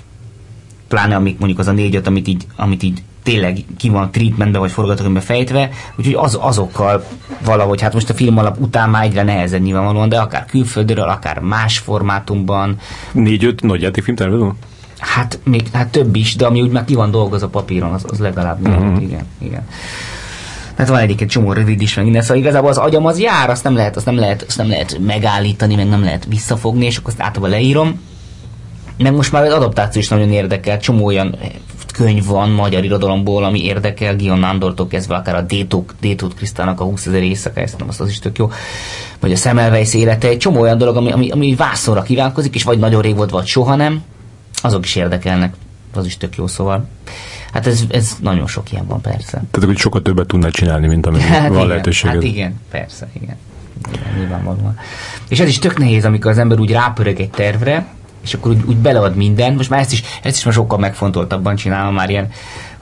pláne amik mondjuk az a 4-5, amit így tényleg ki van treatmentbe vagy forgatókönyvbe fejtve, úgyhogy azokkal valahogy, hát most a film alap után már egyre nehezebb nyilvánvalóan, de akár külföldről, akár más formátumban. 4-5 nagyjátékfilm tervező? Hát több is, de ami úgy már ki van dolgozva papíron, az legalább 4, igen. Hát van egy csomó rövid is, meg minden, szóval igazából az agyam az jár, azt nem lehet megállítani, meg nem lehet visszafogni, és akkor azt általában leírom. Meg most már az adaptáció is nagyon érdekel, csomó olyan könyv van magyar irodalomból, ami érdekel, Guillaume Nandortól kezdve akár a Détót Krisztának a 20 000 éjszakája, szerintem az is tök jó, vagy a Semmelweis élete, egy csomó olyan dolog, ami vászonra kívánkozik, és vagy nagyon rég volt, vagy soha nem, azok is érdekelnek, az is tök jó, szóval. Hát ez nagyon sok ilyen van, persze. Tehát, hogy sokkal többet tudnál csinálni, mint ami van lehetőséged. Hát igen, persze, igen. Nyilvánvalóan. És ez is tök nehéz, amikor az ember úgy rápörög egy tervre, és akkor úgy belead mindent. Most már ezt is már sokkal megfontoltabban csinálom, már ilyen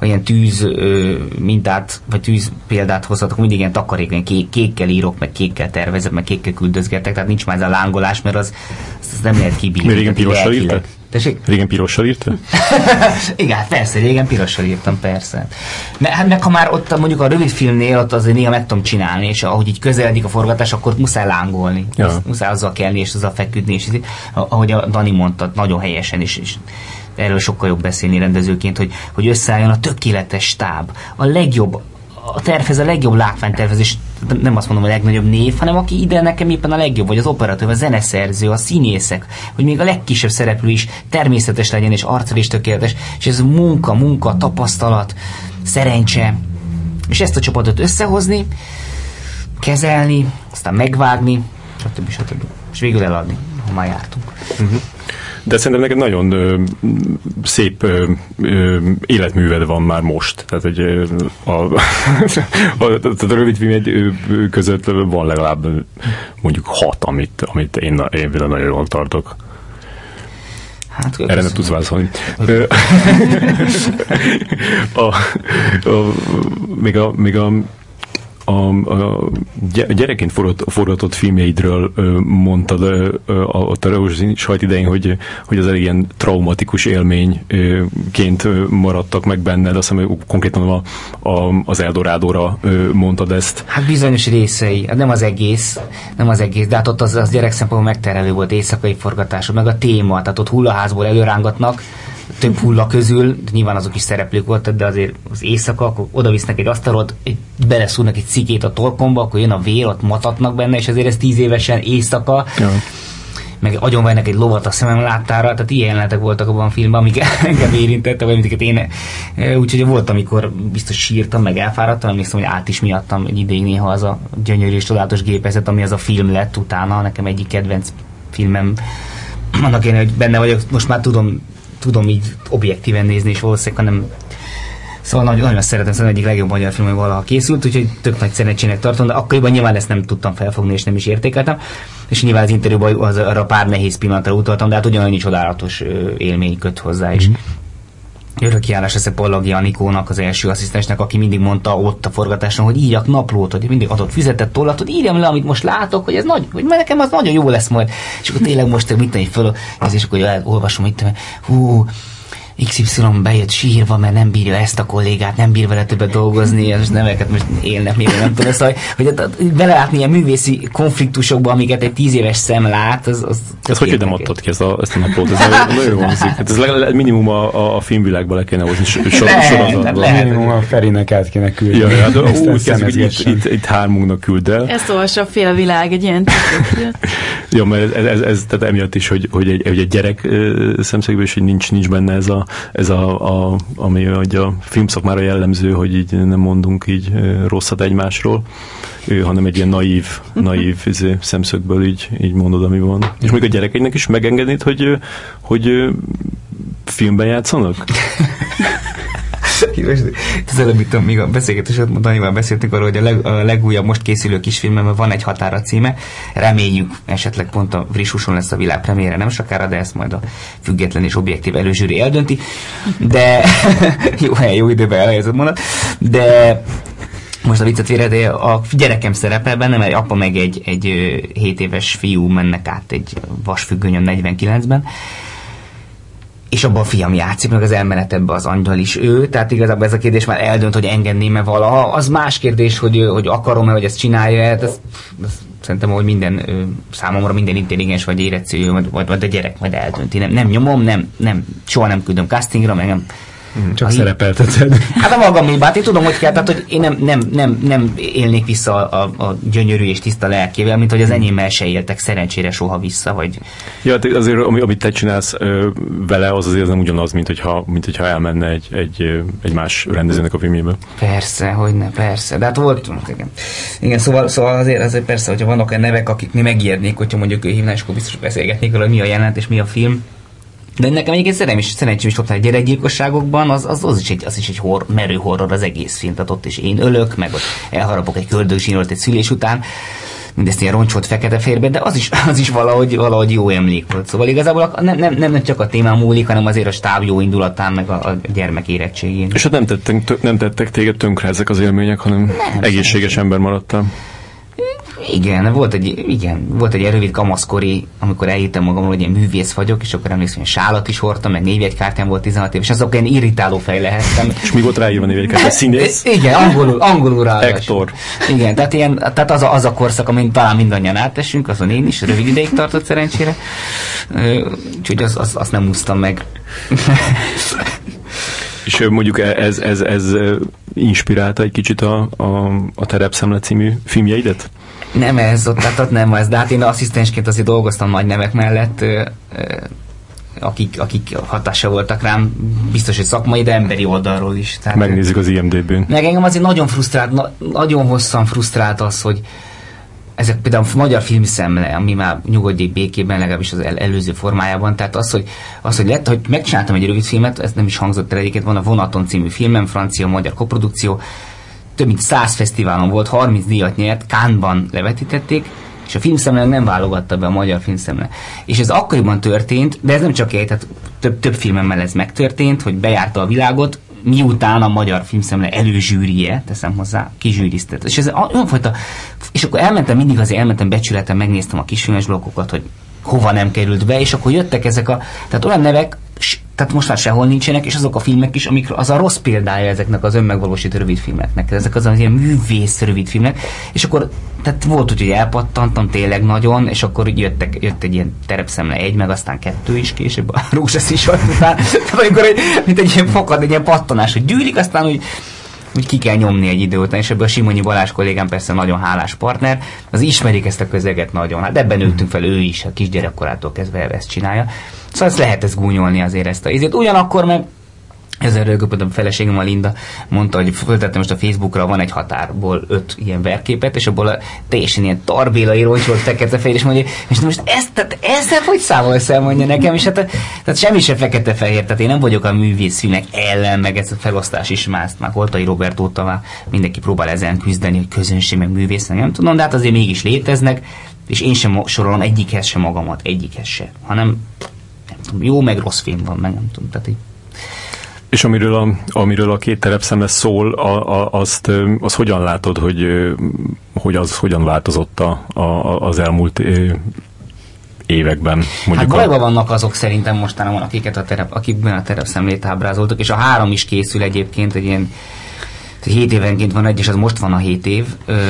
ilyen tűz mintát, vagy tűz példát hozhatok, mindig ilyen takarékony kékkel írok, meg kékkel tervezek, meg kékkel küldözgetek, tehát nincs már ez a lángolás, mert az nem lehet kibírni. Régen pirossal írtad? Tessék? Régen pirossal írtad? Igen, persze, régen pirossal írtam, persze. Hát meg ha már ott mondjuk a rövidfilmnél ott azért néha meg tudom csinálni, és ahogy így közeledik a forgatás, akkor muszáj lángolni. Ja. Muszáj azzal kelni, és azzal feküdni, és ahogy a Dani mondta, nagyon helyesen is. Erről sokkal jobb beszélni rendezőként, hogy összeálljon a tökéletes stáb, a legjobb, a tervez a legjobb látványtervezés, nem azt mondom, a legnagyobb név, hanem aki ide nekem éppen a legjobb, vagy az operatőr, a zeneszerző, a színészek, hogy még a legkisebb szereplő is természetes legyen, és arccal is tökéletes, és ez munka, tapasztalat, szerencse, és ezt a csapatot összehozni, kezelni, aztán megvágni, stb. És végül eladni, ha már jártunk. De szerintem neked nagyon szép életműved van már most. Tehát, hogy a rövid filmek között van legalább mondjuk 6, amit én nagyon jól tartok. Hát, erre nem tudsz válaszolni. Még a gyerekként forgatott filmjeidről mondtad a sajt idején, hogy az elég ilyen traumatikus élményként maradtak meg benned, azt hiszem, konkrétan az Eldorádóra mondtad ezt. Hát bizonyos részei, nem az egész, de hát ott az gyerek szempontból megterelő volt, éjszakai forgatások, meg a téma, tehát ott hullaházból előrángatnak, több hulla közül, nyilván azok is szereplők voltak, de azért az éjszaka, akkor oda visznek egy asztalot, beleszúrnak egy cikét a torkomba, akkor jön a vér, ott matatnak benne, és azért ez 10 évesen éjszaka, meg agyonvernek egy lovat a szemem láttára, tehát ilyen jelenetek voltak abban a filmben, amik engem érintettek, vagy amiket én, úgyhogy volt, amikor biztos sírtam, meg elfáradtam, emlékszem, hogy át is miattam egy ideig néha az a gyönyörű és csodálatos gépezet, ami az a film lett utána, nekem egyik kedvenc filmem, annak én, hogy benne vagyok, most már tudom így objektíven nézni, és valószínűleg, hanem szóval nagyon szeretem, szóval egyik legjobb magyar film, ami valaha készült, úgyhogy tök nagy szerencsének tartom, de akkoriban nyilván ezt nem tudtam felfogni, és nem is értékeltem, és nyilván az interjúban arra pár nehéz pillanatra utaltam, de hát ugyanannyi csodálatos élmény köt hozzá is. Örökkiállás lesz a Pallagi Anikónak, az első asszisztensnek, aki mindig mondta ott a forgatáson, hogy írjak naplót, hogy mindig adott füzetett tollat, hogy írjam le, amit most látok, hogy ez nagy, hogy nekem az nagyon jó lesz majd. És akkor tényleg most mit tenni föl, és akkor olvasom, itt, XY bejött sírva, mert nem bírja ezt a kollégát, nem bír vele többet dolgozni, és neveket most élnek még, nem tudom, szóval, hogy belelátni ilyen művészi konfliktusokba, amiket egy 10 éves szem lát, ez hogy nem adtad ki ezt a naplót? Ez nagyon jó hangzik. Hát ez legalább minimum a filmvilágban le kéne hozni sorozatban. Minimum a Ferinek át kéne küldni. Ja, úgy kezdjük, hogy itt hármunknak küld el. Ezt olvassa a fél világ egy ilyen titkot. Ja, mert ez tehát emiatt is, hogy egy gyerek szemszögből is, hogy nincs benne ami a filmszakmára jellemző, hogy így nem mondunk így rosszat egymásról, hanem egy ilyen naív szemszögből így mondod, ami van. És még a gyerekeidnek is megengednéd, hogy filmben játszanak? Az előbb itt még a beszélgetésben Danival beszéltünk arról, hogy a legújabb most készülő kisfilmemben van egy Határa címe. Reméljük, esetleg pont a Frissúson lesz a világpremiére nem sokára, de ezt majd a független és objektív előzsűri eldönti. De jó időben elhelyezett mondat. De most a viccet félre, de a gyerekem szerepel benne, mert apa meg egy 7 éves fiú mennek át egy vasfüggönyön 49-ben, és abban a fiam játszik, meg az elmenetebben az angyal is ő, tehát igazából ez a kérdés már eldönt, hogy engedném-e valaha. Az más kérdés, hogy akarom-e, hogy ezt csinálja-e, ez szerintem, hogy számomra minden intelligens vagy érettségű, vagy a gyerek majd eldönti. Nem nyomom, soha nem küldöm castingra, meg nem. Csak szerepelteted. Hát a magamébát, én tudom, hogy kell, tehát hogy én nem élnék vissza a gyönyörű és tiszta lelkével, mint hogy az enyémmel se éltek szerencsére soha vissza, vagy... Ja, azért amit te csinálsz vele, az azért nem ugyanaz, mint hogyha elmenne egy más rendezőnek a filmjébe. Persze, hogyne, persze. De hát volt... Igen, szóval azért persze, hogyha vannak olyan nevek, akik mi megijednék, hogyha mondjuk ő hívná, és akkor biztos beszélgetnék vele, hogy mi a jelenet és mi a film. De nekem egyébként szerencsém is ott gyerekgyilkosságokban, az is egy merő horror az egész film, tehát ott is én ölök, meg ott elharapok egy köldögzsírolt egy szülés után, mindezt ilyen roncsolt fekete-fehérben, de az is valahogy jó emlék volt. Szóval igazából nem csak a témán múlik, hanem azért a stáb jó indulatán, meg a gyermek érettségén. És hát nem tettek téged tönkre ezek az élmények, hanem egészséges ember maradtál. Igen, volt egy rövid kamaszkori, amikor elhittem magamról, hogy én művész vagyok, és akkor emlékszem, hogy sálat is hordtam, meg névjegykártyám volt 16 év, és azok ilyen irritáló fej lehettem. És mi volt ráírva névjegykártya? Színész? Igen, angolul ráadásul. Hector. Igen, tehát az a korszak, amin talán mindannyian átesünk, azon én is, rövid ideig tartott szerencsére. Úgyhogy azt nem úsztam meg. És mondjuk ez inspirálta egy kicsit a Terepszemle című filmjeidet? Nem nem ez, de hát én asszisztensként azért dolgoztam nagy nevek mellett, akik hatása voltak rám, biztos, hogy szakmai, de emberi oldalról is. Tehát, megnézzük az IMDb-n. Meg engem azért nagyon hosszan frusztrált az, hogy ezek például a Magyar Filmszemle, ami már nyugodjék békében, legalábbis az előző formájában, tehát hogy megcsináltam egy rövid filmet, ez nem is hangzott el egyébként, van a Vonaton című filmem, francia-magyar koprodukció, több mint 100 fesztiválon volt, 30 díjat nyert, Cannes-ban levetítették, és a Filmszemle nem válogatta be a Magyar Filmszemle. És ez akkoriban történt, de ez nem csak egy, tehát több filmemmel ez megtörtént, hogy bejárta a világot, miután a Magyar Filmszemle előzsűrie, teszem hozzá, kizsűriztet. És ez olyan fajta, és akkor elmentem becsületem, megnéztem a kisfilmes blokkokat, hogy hova nem került be, és akkor jöttek tehát olyan nevek, tehát most már sehol nincsenek, és azok a filmek is, amik az a rossz példája ezeknek az önmegvalósító rövidfilmeknek. Ezek az ilyen művész rövidfilmek, és akkor tehát volt úgy, hogy elpattantam tényleg nagyon, és akkor jött egy ilyen Terepszemle 1, meg aztán 2 is később a Rózsaszín sort után. Tehát amikor mint egy ilyen fakad, egy ilyen pattanás, hogy gyűlik, aztán úgy ki kell nyomni egy idő után, és ebből a Simonyi Balázs kollégám persze nagyon hálás partner, az ismerik ezt a közeget nagyon, hát ebben nőttünk fel, ő is, a kisgyerekkorától kezdve ezt csinálja. Szóval ezt lehet gúnyolni azért ezt a ízét. Ugyanakkor meg ezzel rögöpödöm, a feleségem, a Linda mondta, hogy föltettem most a Facebookra, van egy határból 5 ilyen verképet, és abból teljesen ilyen tarbélai roncsolt fekete-fehér, és mondja, és most ezzel hogy számolsz el, mondja nekem, és tehát semmi se fekete-fehér, tehát én nem vagyok a művészfilmek ellen, meg ez a felosztás is már Koltai Robert óta már mindenki próbál ezen küzdeni, hogy közönség, meg művész, nem tudom, de hát azért mégis léteznek, és én sem sorolom egyikhez se magamat, egyikhez se, hanem nem tudom, jó meg rossz film van, meg nem tudom, tehát így. És amiről a Két terepszemle szól, azt hogyan látod, hogy az hogyan változott az elmúlt években? Hát bajban vannak azok szerintem mostanában, akikben a terepszemlét ábrázoltak, és a 3 is készül egyébként, egy ilyen 7 évenként van egy, és az most van a 7 év.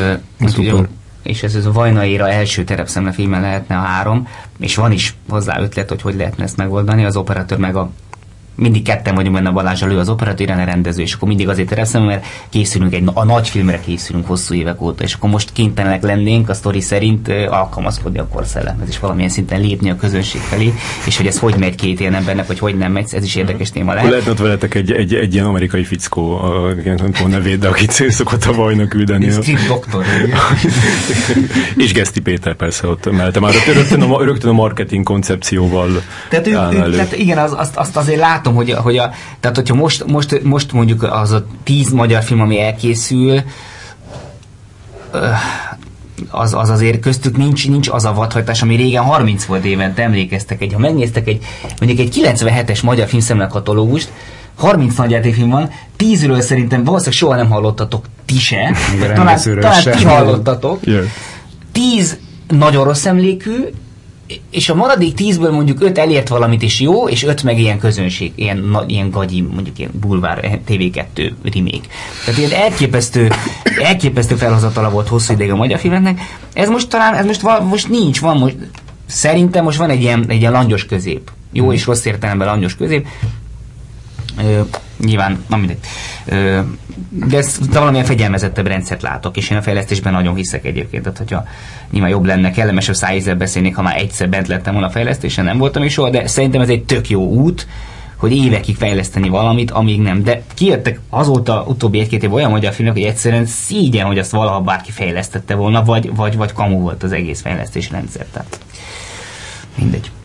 És ez a Vajna éra első terepszemle filme lehetne a 3, és van is hozzá ötlet, hogy lehetne ezt megoldani, az operatőr meg mindig ketten vagyunk benne, Balázs az operatőr, a rendező, és akkor mindig azért terepszemle, mert készülünk a nagy filmre készülünk hosszú évek óta, és akkor most kénytelenek lennénk a sztori szerint alkalmazkodni a korszellemhez, és valamilyen szinten lépni a közönség felé, és hogy ez hogy megy két ilyen embernek, vagy hogy nem megy, ez is érdekes téma lehet. Lehetne ott veletek egy ilyen amerikai fickó, nem tudom nevét, de akit szokott a Vajna küldeni. Street Doctor. És Geszti Péter persze ott mellette. Már rögtön a marketing koncepcióval. Tehát igen, azt azért látom, tehát hogyha most mondjuk az a 10 magyar film, ami elkészül, az azért köztük nincs az a vadhajtás, ami régen 30 volt évente, emlékeztek. Ha megnéztek mondjuk egy 97-es magyar filmszemle katalógust, 30 nagyjátékfilm van, 10-ről szerintem valószínűleg soha nem hallottatok ti se, talán ti hallottatok. 10 nagyon rossz emlékű, és a maradék 10-ből mondjuk 5 elért valamit is jó, és 5 meg ilyen közönség, ilyen gagyi, mondjuk ilyen bulvár TV2 remake. Tehát ilyen elképesztő felhozatala volt hosszú ideig a magyar filmeknek. Ez most nincs, szerintem most van egy ilyen langyos közép. Jó és rossz értelemben langyos közép. Nyilván, na mindegy. De ezt valamilyen fegyelmezettebb rendszert látok, és én a fejlesztésben nagyon hiszek egyébként. Tehát, hogyha nyilván jobb lenne, kellemesebb szájízzel beszélnék, ha már egyszer bent lettem volna a fejlesztésen, nem voltam is soha, de szerintem ez egy tök jó út, hogy évekig fejleszteni valamit, amíg nem. De kijöttek azóta utóbbi 1-2 év olyan magyar filmek, hogy egyszerűen szígyen, hogy azt valaha bárki fejlesztette volna, vagy kamu volt az egész fejlesztési rendszer. Tehát mindegy.